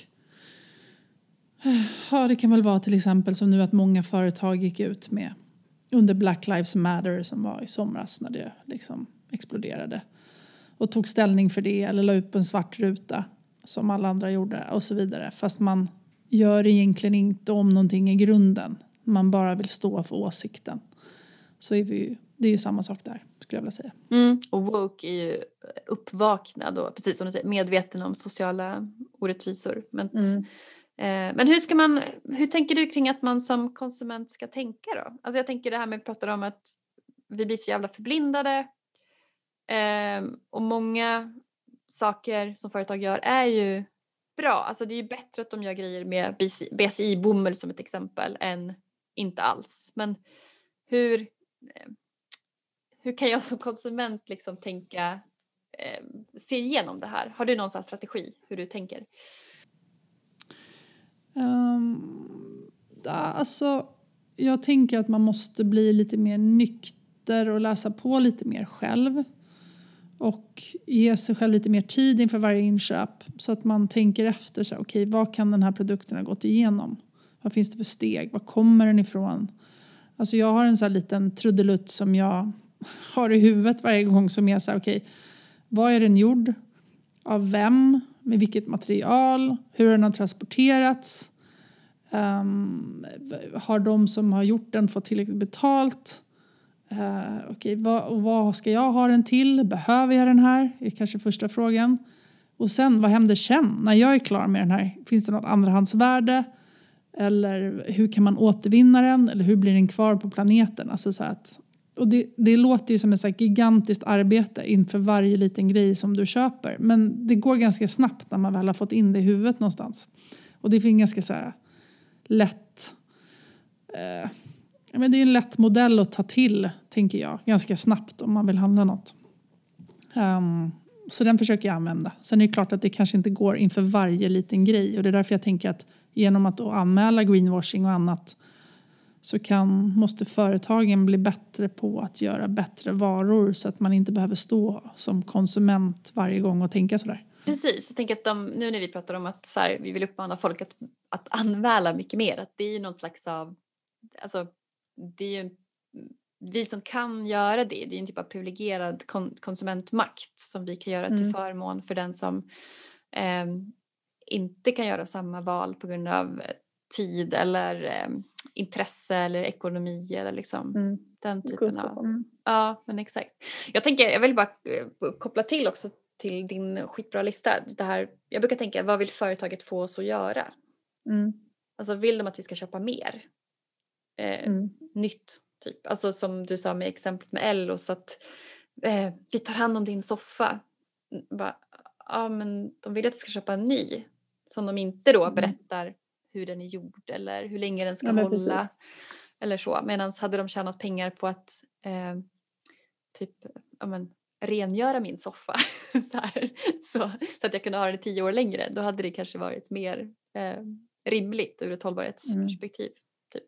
ja, det kan väl vara till exempel som nu att många företag gick ut med under Black Lives Matter som var i somras när det liksom exploderade och tog ställning för det eller la ut på en svart ruta som alla andra gjorde och så vidare. Fast man gör egentligen inte om någonting i grunden. Man bara vill stå för åsikten. Så är vi ju, det är ju samma sak där, skulle jag vilja säga. Mm. Och woke är ju uppvaknad och precis som du säger medveten om sociala orättvisor. Men, Mm. eh, men hur ska man, hur tänker du kring att man som konsument ska tänka då? Alltså jag tänker det här med att prata om att vi blir så jävla förblindade. Eh, och många saker som företag gör är ju bra. Alltså det är ju bättre att de gör grejer med B S I-bomull som ett exempel än inte alls. Men hur, eh, hur kan jag som konsument liksom tänka, eh, se igenom det här? Har du någon sån här strategi hur du tänker? Um, da, alltså, jag tänker att man måste bli lite mer nykter och läsa på lite mer själv. Och ge sig själv lite mer tid inför varje inköp. Så att man tänker efter sig, okej, vad kan den här produkten ha gått igenom? Vad finns det för steg? Var kommer den ifrån? Alltså jag har en sån här liten trudelutt som jag har i huvudet varje gång som är så här, okej, okay, vad är den gjord? Av vem? Med vilket material? Hur den har transporterats? Um, har de som har gjort den fått tillräckligt betalt? Uh, okej, okay, vad, vad ska jag ha den till? Behöver jag den här? Det är kanske första frågan. Och sen, vad händer sen när jag är klar med den här? Finns det något andrahandsvärde? Eller hur kan man återvinna den? Eller hur blir den kvar på planeten? Alltså så att, och det, det låter ju som ett så här gigantiskt arbete inför varje liten grej som du köper. Men det går ganska snabbt när man väl har fått in det i huvudet någonstans. Och det finns ganska så här lätt... Eh, men det är en lätt modell att ta till, tänker jag. Ganska snabbt om man vill handla något. Um, så den försöker jag använda. Sen är det klart att det kanske inte går inför varje liten grej. Och det är därför jag tänker att genom att då anmäla greenwashing och annat så kan, måste företagen bli bättre på att göra bättre varor så att man inte behöver stå som konsument varje gång och tänka sådär. Precis, jag tänker att de, nu när vi pratar om att så här, vi vill uppmana folk att, att anmäla mycket mer, att det är ju någon slags av, alltså det är ju vi som kan göra det, det är en typ av privilegierad kon- konsumentmakt som vi kan göra till Mm. förmån för den som eh, inte kan göra samma val på grund av tid eller eh, intresse eller ekonomi eller liksom Mm. den typen av... Mm. Ja, men exakt. Jag tänker, jag vill bara eh, koppla till också till din skitbra lista. Det här, jag brukar tänka, vad vill företaget få oss att göra? Mm. Alltså vill de att vi ska köpa mer? Eh, Mm. Nytt, typ. Alltså som du sa med exemplet med Ello, så att eh, vi tar hand om din soffa. Bara, ja, men de vill att vi ska köpa en ny. Som de inte då Mm. berättar hur den är gjord eller hur länge den ska Ja, men hålla. precis. Eller så. Medan hade de tjänat pengar på att eh, typ, ja men, rengöra min soffa så, här, så, så att jag kunde ha den i tio år längre, då hade det kanske varit mer eh, rimligt ur ett hållbarhetsperspektiv. Mm. Typ.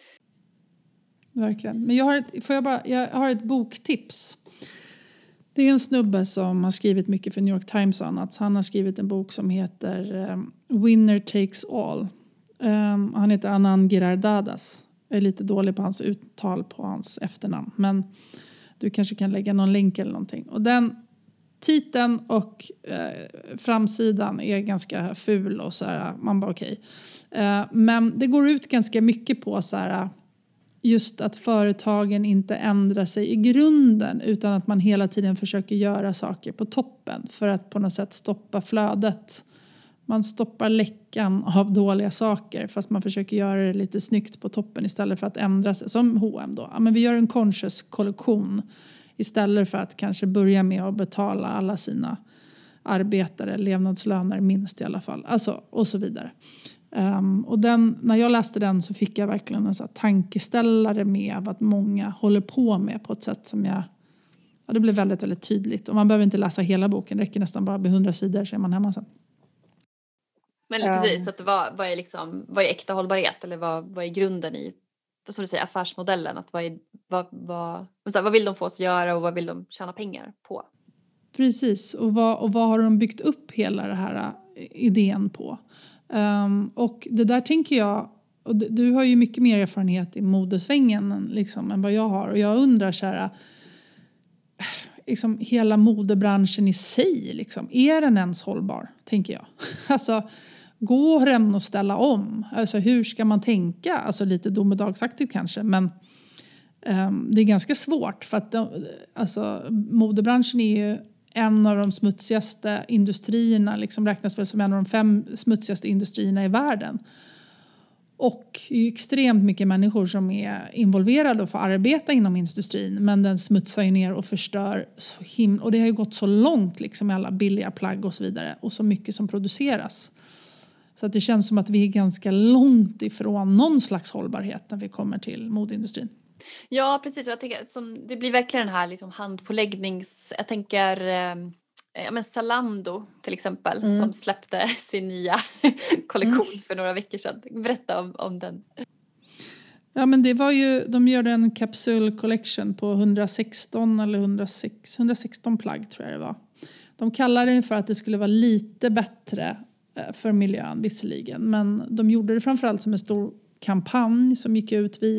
Verkligen. Men jag har ett, får jag bara, jag har ett boktips. Det är en snubbe som har skrivit mycket för New York Times och annat. Han har skrivit en bok som heter um, Winner Takes All. Um, han heter Anand Giridharadas. Jag är lite dålig på hans uttal på hans efternamn. Men du kanske kan lägga någon länk eller någonting. Och den titeln och eh, framsidan är ganska ful och så här. Man bara okej. Okay. Uh, men det går ut ganska mycket på så här... Just att företagen inte ändrar sig i grunden utan att man hela tiden försöker göra saker på toppen för att på något sätt stoppa flödet. Man stoppar läckan av dåliga saker fast man försöker göra det lite snyggt på toppen istället för att ändra sig. Som H och M då. Ja, men vi gör en conscious kollektion istället för att kanske börja med att betala alla sina arbetare, levnadslöner minst i alla fall. Alltså, och så vidare. Um, och den, när jag läste den så fick jag verkligen en så här tankeställare med vad många håller på med på ett sätt som jag, ja, det blev väldigt, väldigt tydligt. Och man behöver inte läsa hela boken, det räcker nästan bara med hundra sidor så är man hemma sen. Men um. precis, att vad, vad, är liksom, vad är äkta hållbarhet eller vad, vad är grunden i, som du säger, affärsmodellen? Att vad, är, vad, vad, vad vill de få oss att göra och vad vill de tjäna pengar på? Precis, och vad, och vad har de byggt upp hela det här uh, idén på? Um, och det där tänker jag, och d- du har ju mycket mer erfarenhet i modesvängen liksom, än vad jag har. Och jag undrar så här, liksom, hela modebranschen i sig, liksom, är den ens hållbar, tänker jag. Alltså, går den att ställa om? Alltså, hur ska man tänka? Alltså lite domedagsaktigt kanske, men um, det är ganska svårt. För att de, alltså, modebranschen är ju en av de smutsigaste industrierna, liksom räknas väl som en av de fem smutsigaste industrierna i världen. Och det är extremt mycket människor som är involverade och får arbeta inom industrin. Men den smutsar ju ner och förstör så himla. Och det har ju gått så långt liksom med alla billiga plagg och så vidare. Och så mycket som produceras. Så att det känns som att vi är ganska långt ifrån någon slags hållbarhet när vi kommer till modeindustrin. Ja, precis. Jag tänker, som, det blir verkligen den här liksom handpåläggnings... Jag tänker eh, ja, men Zalando till exempel, mm. som släppte sin nya kollektion mm. för några veckor sedan. Berätta om, om den. Ja, men det var ju... De gjorde en capsule collection på hundrasexton eller hundrasex, hundrasexton plagg tror jag det var. De kallade det för att det skulle vara lite bättre för miljön visserligen. Men de gjorde det framförallt som en stor kampanj som gick ut via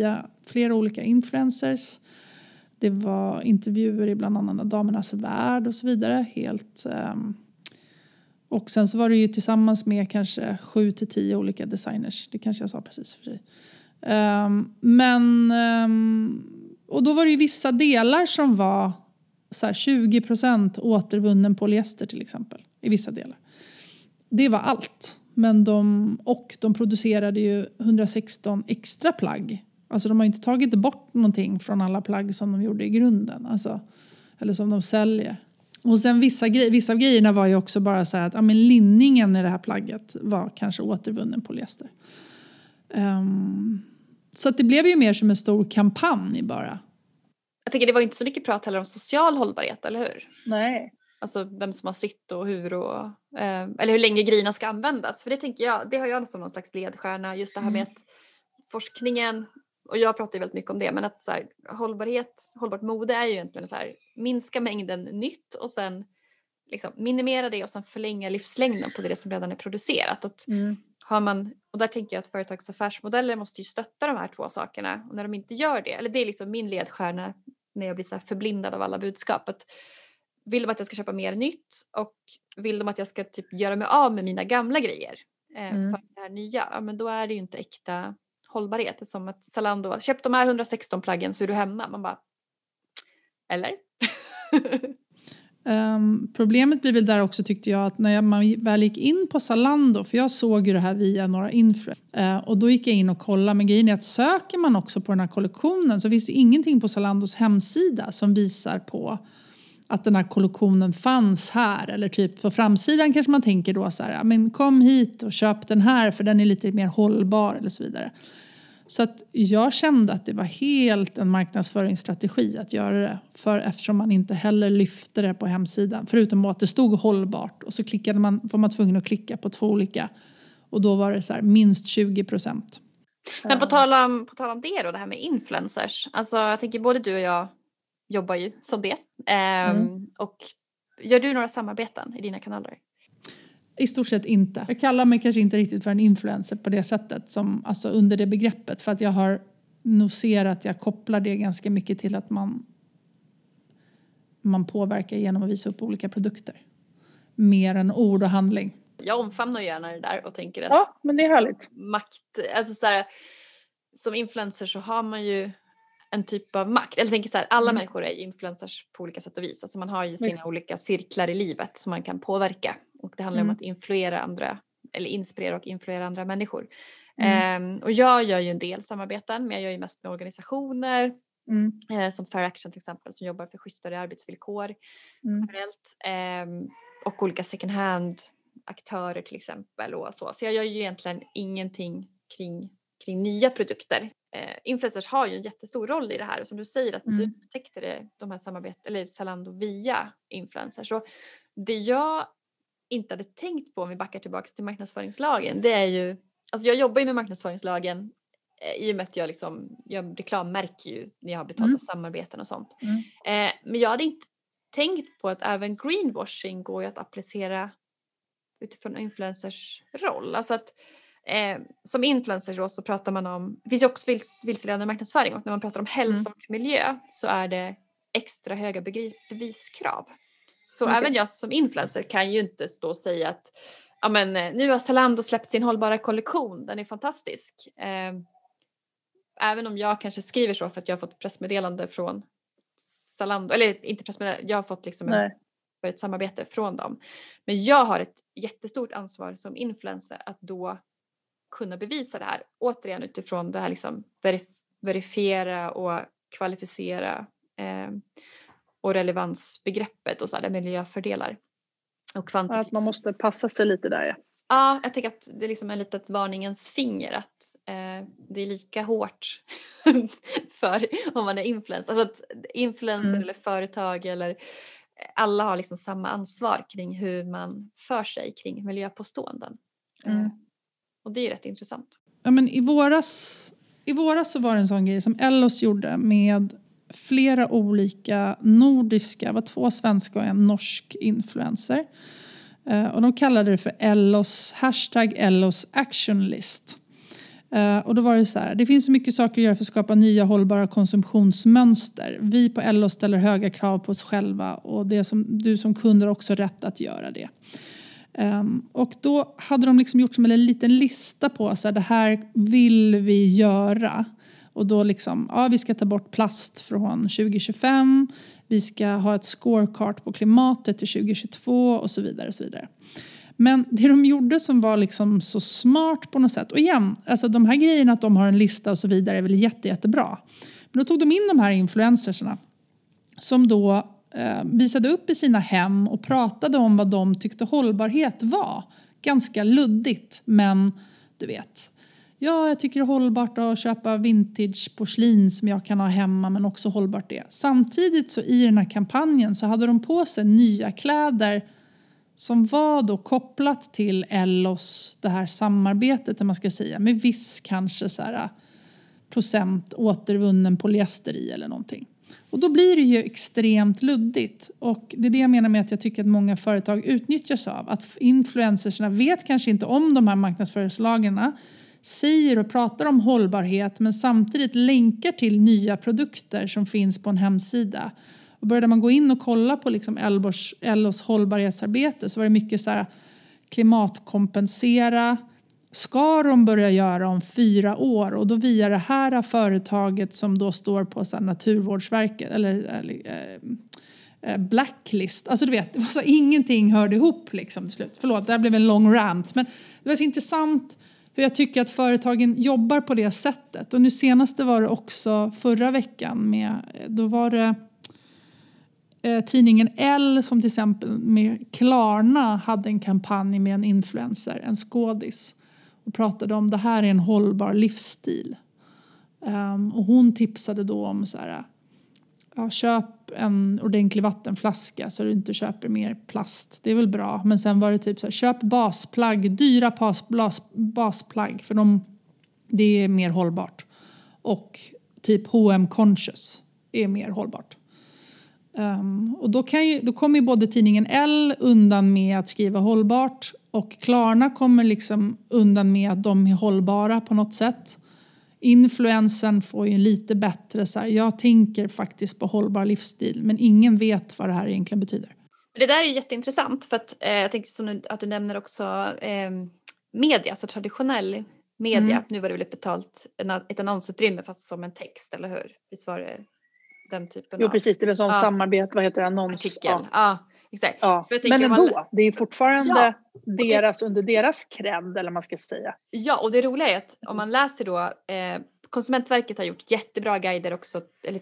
flera olika influencers. Det var intervjuer i bland annat Damernas Värld och så vidare. Helt, um, och sen så var det ju tillsammans med kanske sju till tio olika designers. Det kanske jag sa precis för sig. Um, men, um, och då var det ju vissa delar som var så här tjugo procent återvunnen polyester till exempel. I vissa delar. Det var allt. Men de, och de producerade ju hundrasexton extra plagg. Alltså de har inte tagit bort någonting från alla plagg som de gjorde i grunden. Alltså, eller som de säljer. Och sen vissa, grej, vissa av grejerna var ju också bara så här att ja, men linningen i det här plagget var kanske återvunnen polyester. Um, så att det blev ju mer som en stor kampanj bara. Jag tänker det var inte så mycket prat heller om social hållbarhet, eller hur? Nej. Alltså vem som har sytt och hur och eh, eller hur länge grejerna ska användas. För det tänker jag, det har jag som någon slags ledstjärna. Just det här med att forskningen, och jag pratar ju väldigt mycket om det, men att så här, hållbarhet, hållbart mode är ju egentligen så här, minska mängden nytt och sen liksom minimera det och sen förlänga livslängden på det som redan är producerat. Att Mm. har man, och där tänker jag att företags affärsmodeller måste ju stötta de här två sakerna. Och när de inte gör det, eller det är liksom min ledstjärna när jag blir så här förblindad av alla budskap. Att vill de att jag ska köpa mer nytt och vill de att jag ska typ göra mig av med mina gamla grejer eh, Mm. för det här nya, ja, men då är det ju inte äkta hållbarhet. Det är som att Zalando, köp de här hundrasexton plaggen så är du hemma. Man bara, eller? Um, problemet blir väl där också tyckte jag att när jag, man väl gick in på Zalando, för jag såg ju det här via några influencers uh, och då gick jag in och kollade, men grejen är att söker man också på den här kollektionen så finns det ingenting på Zalandos hemsida som visar på att den här kollektionen fanns här, eller typ på framsidan kanske man tänker då så här, ja, men kom hit och köp den här för den är lite mer hållbar eller så vidare. Så att jag kände att det var helt en marknadsföringsstrategi att göra det. För eftersom man inte heller lyfte det på hemsidan. Förutom att det stod hållbart. Och så klickade man, var man tvungen att klicka på två olika. Och då var det så här minst tjugo procent. Men på tal om, på tal om det då, det här med influencers. Alltså jag tänker både du och jag jobbar ju som det. Ehm, Mm. Och gör du några samarbeten i dina kanaler? I stort sett inte. Jag kallar mig kanske inte riktigt för en influencer på det sättet. Som, alltså under det begreppet. För att jag har nog ser att jag kopplar det ganska mycket till att man, man påverkar genom att visa upp olika produkter. Mer än ord och handling. Jag omfamnar gärna det där och tänker att Ja, men det är härligt. makt, alltså så här, som influencer så har man ju en typ av makt. Eller jag tänker så här, alla Mm. människor är influencers på olika sätt och vis. Alltså man har ju sina Visst. olika cirklar i livet som man kan påverka. Och det handlar Mm. om att influera andra, eller inspirera och influera andra människor. Mm. Ehm, och jag gör ju en del samarbeten, men jag gör ju mest med organisationer. Mm. Eh, som Fair Action till exempel, som jobbar för schysstare arbetsvillkor Mm. generellt. Ehm, och olika second hand aktörer till exempel och så. Så jag gör ju egentligen ingenting kring, kring nya produkter. Eh, influencers har ju en jättestor roll i det här, och som du säger att Mm. du upptäckte det, de här samarbeten, eller Zalando via influencers. Så det jag inte hade tänkt på om vi backar tillbaka till marknadsföringslagen, det är ju, alltså jag jobbar ju med marknadsföringslagen eh, i och med att jag liksom, jag reklammärker ju när jag har betalda Mm. samarbeten och sånt. Mm. Eh, men jag hade inte tänkt på att även greenwashing går ju att applicera utifrån influencers roll. Alltså att eh, som influencer då så pratar man om, det finns ju också vils, vilseledande marknadsföring, och när man pratar om hälsa och miljö så är det extra höga begri- beviskrav. Så Okej. även jag som influencer kan ju inte stå och säga att ja, men, nu har Zalando släppt sin hållbara kollektion, den är fantastisk. Eh, även om jag kanske skriver så för att jag har fått pressmeddelande från Zalando, eller inte pressmeddelande, jag har fått liksom en, Nej. för ett samarbete från dem. Men jag har ett jättestort ansvar som influencer att då kunna bevisa det här. Återigen utifrån det här liksom verif- verifiera och kvalificera eh, och relevansbegreppet och så här, miljöfördelar. Och kvantifiera. Att man måste passa sig lite där, ja. Ja, jag tycker att det är liksom en litet varningens finger att eh, det är lika hårt för om man är influencer. Alltså att influencer Mm. eller företag eller alla har liksom samma ansvar kring hur man för sig kring miljöpåståenden. Mm. Eh, och det är ju rätt intressant. Ja, men i våras, i våras så var det en sån grej som Ellos gjorde med flera olika nordiska, det var två svenska och en norsk influencer. Uh, och de kallade det för Ellos, hashtag Ellos action list. Uh, och då var det så här, det finns så mycket saker att göra för att skapa nya hållbara konsumtionsmönster. Vi på L O ställer höga krav på oss själva och det som, du som kund har också rätt att göra det. Um, och då hade de liksom gjort som en liten lista på så här, det här vill vi göra. Och då liksom, ja, vi ska ta bort plast från tjugo tjugofem. Vi ska ha ett scorecard på klimatet till tjugo tjugotvå och så vidare och så vidare. Men det de gjorde som var liksom så smart på något sätt. Och igen, alltså de här grejerna att de har en lista och så vidare är väl jätte, jättebra. Men då tog de in de här influencersarna som då eh, visade upp i sina hem och pratade om vad de tyckte hållbarhet var. Ganska luddigt, men du vet. Ja, jag tycker det är hållbart att köpa vintage porslin som jag kan ha hemma, men också hållbart det. Samtidigt så i den här kampanjen så hade de på sig nya kläder som var då kopplat till L O:s det här samarbetet, där man ska säga, med viss kanske så här procent återvunnen polyester i eller någonting. Och då blir det ju extremt luddigt. Och det är det jag menar med att jag tycker att många företag utnyttjas av. Att influencersna vet kanske inte om de här marknadsföringslagarna, säger och pratar om hållbarhet, men samtidigt länkar till nya produkter som finns på en hemsida. Och började man gå in och kolla på liksom L O:s hållbarhetsarbete så var det mycket så här klimatkompensera. Ska de börja göra om fyra år? Och då via det här företaget som då står på så här Naturvårdsverket eller, eller eh, blacklist. Alltså du vet, det var så ingenting hörde ihop liksom till slut. Förlåt, det här blev en lång rant. Men det var så intressant hur jag tycker att företagen jobbar på det sättet. Och nu senaste var det också förra veckan med, då var det eh, tidningen L som till exempel med Klarna hade en kampanj med en influencer, en skådis. Och pratade om det här är en hållbar livsstil. Um, och hon tipsade då om så här, ja, köp en ordentlig vattenflaska så du inte köper mer plast. Det är väl bra. Men sen var det typ så här, köp basplagg, dyra bas, bas, basplagg för de, det är mer hållbart. Och typ H och M Conscious är mer hållbart. Um, och då, kan ju, då kommer ju både tidningen L undan med att skriva hållbart och Klarna kommer liksom undan med att de är hållbara på något sätt. Influensen får ju lite bättre så här, jag tänker faktiskt på hållbar livsstil, men ingen vet vad det här egentligen betyder. Det där är jätteintressant för att eh, jag tänkte som att du nämner också eh, media, alltså traditionell media. Mm. Nu var det väl betalt ett annonsutrymme fast som en text, eller hur? Visst var det den typen jo, av... precis, det är sån ja. samarbete, vad heter det, annons? Artikel, ja. ja. Exakt. Ja. Men ändå, man... det är fortfarande ja, deras, det... under deras cred, eller man ska säga. Ja, och det roliga är att om man läser då, eh, Konsumentverket har gjort jättebra guider också eller,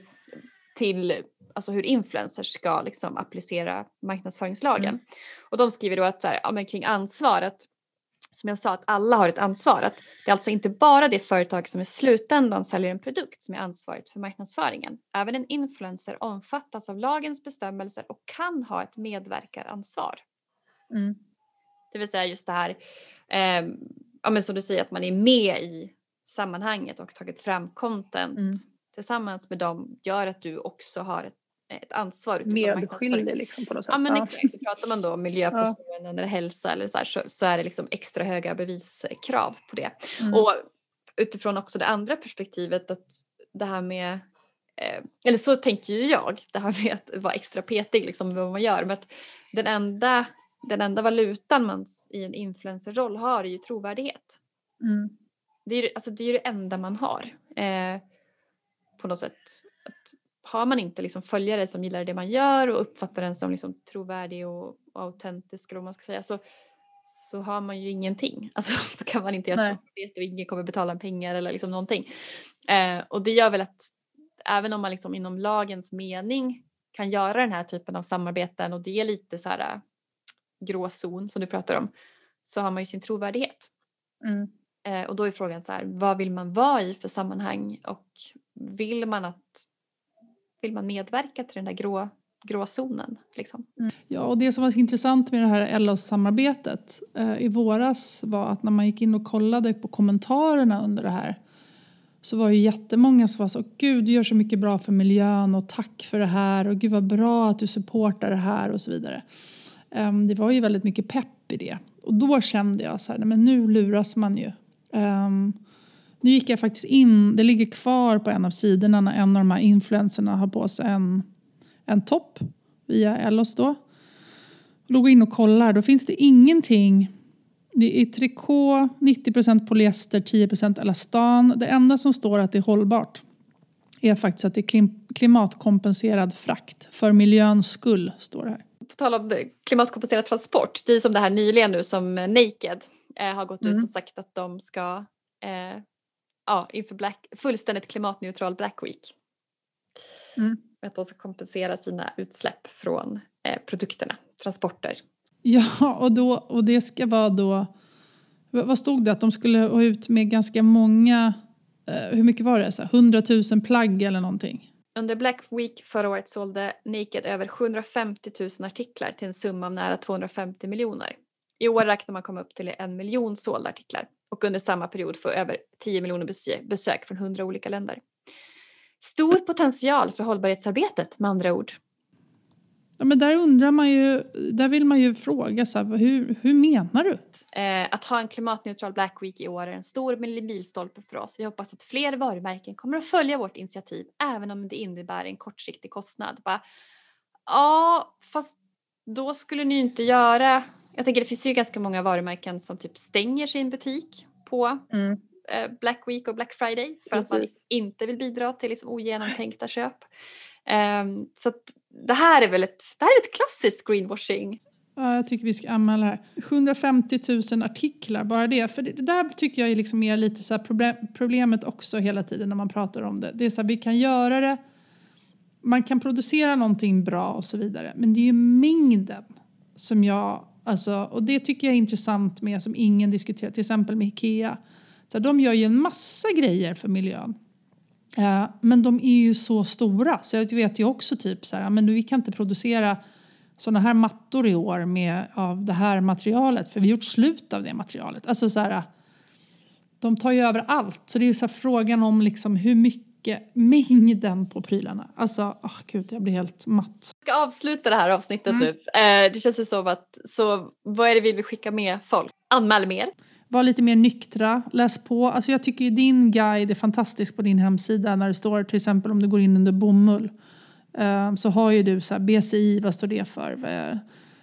till alltså hur influencers ska liksom applicera marknadsföringslagen. Mm. Och de skriver då att så här, ja, men kring ansvar, att, som jag sa, att alla har ett ansvar. Att det är alltså inte bara det företag som i slutändan säljer en produkt som är ansvarigt för marknadsföringen. Även en influencer omfattas av lagens bestämmelser och kan ha ett medverkaransvar. Mm. Det vill säga just det här, eh, ja, men som du säger, att man är med i sammanhanget och tagit fram content mm. tillsammans med dem gör att du också har ett, ett ansvar. Medskyldig liksom på något sätt. Ja, men exakt. Pratar man då om miljöpåståenden ja. eller hälsa eller så, här, så, så är det liksom extra höga beviskrav på det. Mm. Och utifrån också det andra perspektivet att det här med, eh, eller så tänker ju jag, det här med att vara extra petig liksom vad man gör, men att den enda, den enda valutan man i en influencerroll har är ju trovärdighet. Mm. Det är ju alltså, det, är det enda man har eh, på något sätt. Att har man inte liksom följare som gillar det man gör och uppfattar den som liksom trovärdig och, och autentisk, eller vad man ska säga, så, så har man ju ingenting. Alltså då kan man inte göra ett samarbete och ingen kommer betala pengar eller liksom någonting. Eh, och det gör väl att även om man liksom inom lagens mening kan göra den här typen av samarbeten och det är lite så här gråzon som du pratar om, så har man ju sin trovärdighet. Mm. Eh, och då är frågan så här, vad vill man vara i för sammanhang och vill man att vill man medverka till den där grå, gråzonen liksom? Mm. Ja, och det som var så intressant med det här L O-samarbetet eh, i våras var att när man gick in och kollade på kommentarerna under det här så var ju jättemånga som var så, gud du gör så mycket bra för miljön och tack för det här och gud vad bra att du supportar det här och så vidare. Eh, det var ju väldigt mycket pepp i det. Och då kände jag så här, nej, men nu luras man ju. Um, Nu gick jag faktiskt in, det ligger kvar på en av sidorna när en av de här influencerna har på sig en, en topp via Ellos då. Då går in och kollar, då finns det ingenting. Det är trikå, nittio procent polyester, tio procent elastan. Det enda som står att det är hållbart är faktiskt att det är klim- klimatkompenserad frakt. För miljöns skull står det här. På tal om klimatkompenserad transport, det är som det här nyligen nu som Naked eh, har gått mm. ut och sagt att de ska eh, ja, inför Black, fullständigt klimatneutral Black Week. Mm. Att de ska kompensera sina utsläpp från eh, produkterna, transporter. Ja, och, då, och det ska vara då, vad stod det? Att de skulle ha ut med ganska många, eh, hur mycket var det? Så hundratusen plagg eller någonting. Under Black Week förra året sålde Naked över sjuhundrafemtio tusen artiklar till en summa av nära tvåhundrafemtio miljoner. I år räknar man komma upp till en miljon sålda artiklar och under samma period få över tio miljoner besök, besök från hundra olika länder. Stor potential för hållbarhetsarbetet med andra ord. Ja, men där undrar man ju, där vill man ju fråga så här, hur, hur menar du? Eh, att ha en klimatneutral Black Week i år är en stor milstolpe för oss. Vi hoppas att fler varumärken kommer att följa vårt initiativ även om det innebär en kortsiktig kostnad. Bara, ja, fast då skulle ni ju inte göra... Jag tänker det finns ju ganska många varumärken som typ stänger sin butik på mm. eh, Black Week och Black Friday för Precis. Att man inte vill bidra till liksom ogenomtänkta köp. Um, så att det här är väl ett, det här är ett klassiskt greenwashing. Ja, jag tycker vi ska anmäla här. sjuhundrafemtio tusen artiklar, bara det. För det, det där tycker jag är liksom är lite så här problem, problemet också hela tiden när man pratar om det. Det är så här, vi kan göra det, man kan producera någonting bra och så vidare. Men det är ju mängden som jag, alltså, och det tycker jag är intressant med som ingen diskuterar. Till exempel med Ikea. Så här, de gör ju en massa grejer för miljön. Uh, men de är ju så stora. Så jag vet ju också typ så här, men vi kan inte producera såna här mattor i år med av det här materialet. För vi har gjort slut av det materialet. Alltså så här, de tar ju över allt. Så det är ju så här frågan om liksom hur mycket, mängden på prylarna. Alltså, åh oh, gud, jag blir helt matt. Jag ska avsluta det här avsnittet mm. nu. Uh, det känns ju som att, så vad är det vi vill skicka med folk? Anmäl mer. Var lite mer nyktra, läs på. Alltså jag tycker ju din guide är fantastisk på din hemsida. När det står till exempel om du går in under bomull. Uh, så har ju du så här B C I, vad står det för? Uh,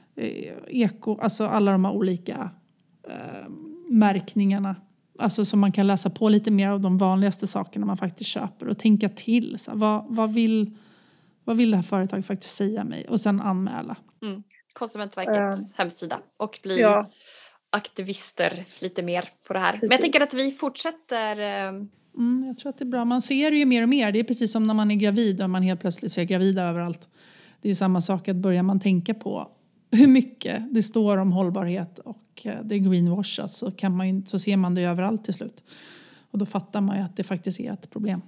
eko, alltså alla de här olika uh, märkningarna. Alltså som man kan läsa på lite mer av de vanligaste sakerna man faktiskt köper. Och tänka till, så här, vad, vad, vill, vad vill det här företaget faktiskt säga mig? Och sen anmäla. Mm. Konsumentverkets uh, hemsida. Och bli... Ja. aktivister lite mer på det här. Precis. Men jag tänker att vi fortsätter... Eh... Mm, jag tror att det är bra. Man ser ju mer och mer. Det är precis som när man är gravid och man helt plötsligt ser gravida överallt. Det är ju samma sak att börjar man tänka på hur mycket det står om hållbarhet och det är greenwashat så, kan man ju, så ser man det överallt till slut. Och då fattar man ju att det faktiskt är ett problem.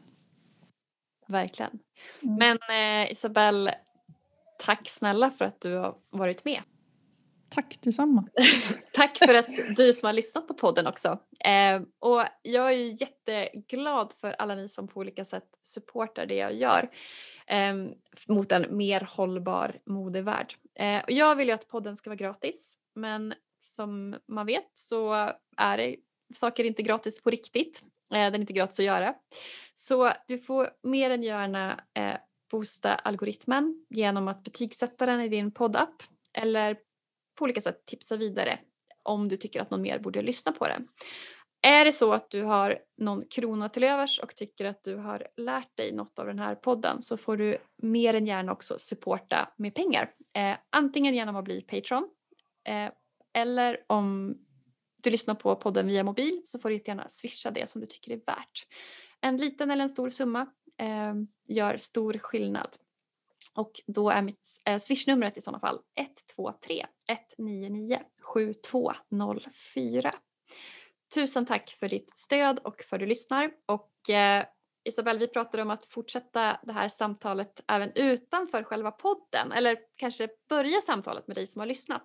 Verkligen. Mm. Men eh, Isabelle, tack snälla för att du har varit med. Tack detsamma. Tack för att du som har lyssnat på podden också. Eh, och jag är ju jätteglad för alla ni som på olika sätt supportar det jag gör eh, mot en mer hållbar modevärld. Eh, och jag vill ju att podden ska vara gratis, men som man vet så är det saker inte gratis på riktigt. Eh, den är inte gratis att göra. Så du får mer än gärna eh, boosta algoritmen genom att betygsätta den i din poddapp eller på olika sätt tipsa vidare om du tycker att någon mer borde lyssna på den. Är det så att du har någon krona till övers och tycker att du har lärt dig något av den här podden så får du mer än gärna också supporta med pengar. Eh, antingen genom att bli Patreon eh, eller om du lyssnar på podden via mobil så får du gärna swisha det som du tycker är värt. En liten eller en stor summa eh, gör stor skillnad. Och då är mitt eh, swishnumret i sådana fall ett två tre ett nio nio sju två noll fyra. Tusen tack för ditt stöd och för att du lyssnar. Och eh, Isabelle, vi pratade om att fortsätta det här samtalet även utanför själva podden. Eller kanske börja samtalet med dig som har lyssnat.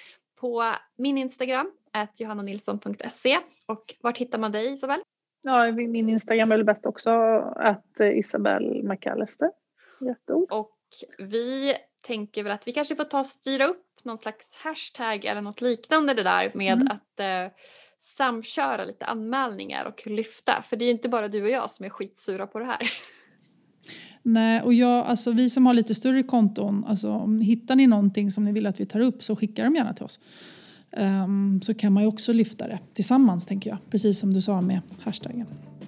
På min Instagram, at johanna nilsson punkt se. Och vart hittar man dig, Isabelle? Ja, min Instagram är väl bäst också, att Isabelle McAllister. Jätteord. Och vi tänker väl att vi kanske får ta och styra upp någon slags hashtag eller något liknande det där med mm. att eh, samköra lite anmälningar och lyfta. För det är inte bara du och jag som är skitsura på det här. Nej, och jag, alltså, vi som har lite större konton, alltså, om hittar ni någonting som ni vill att vi tar upp så skickar dem gärna till oss. Um, så kan man ju också lyfta det tillsammans, tänker jag. Precis som du sa med hashtaggen.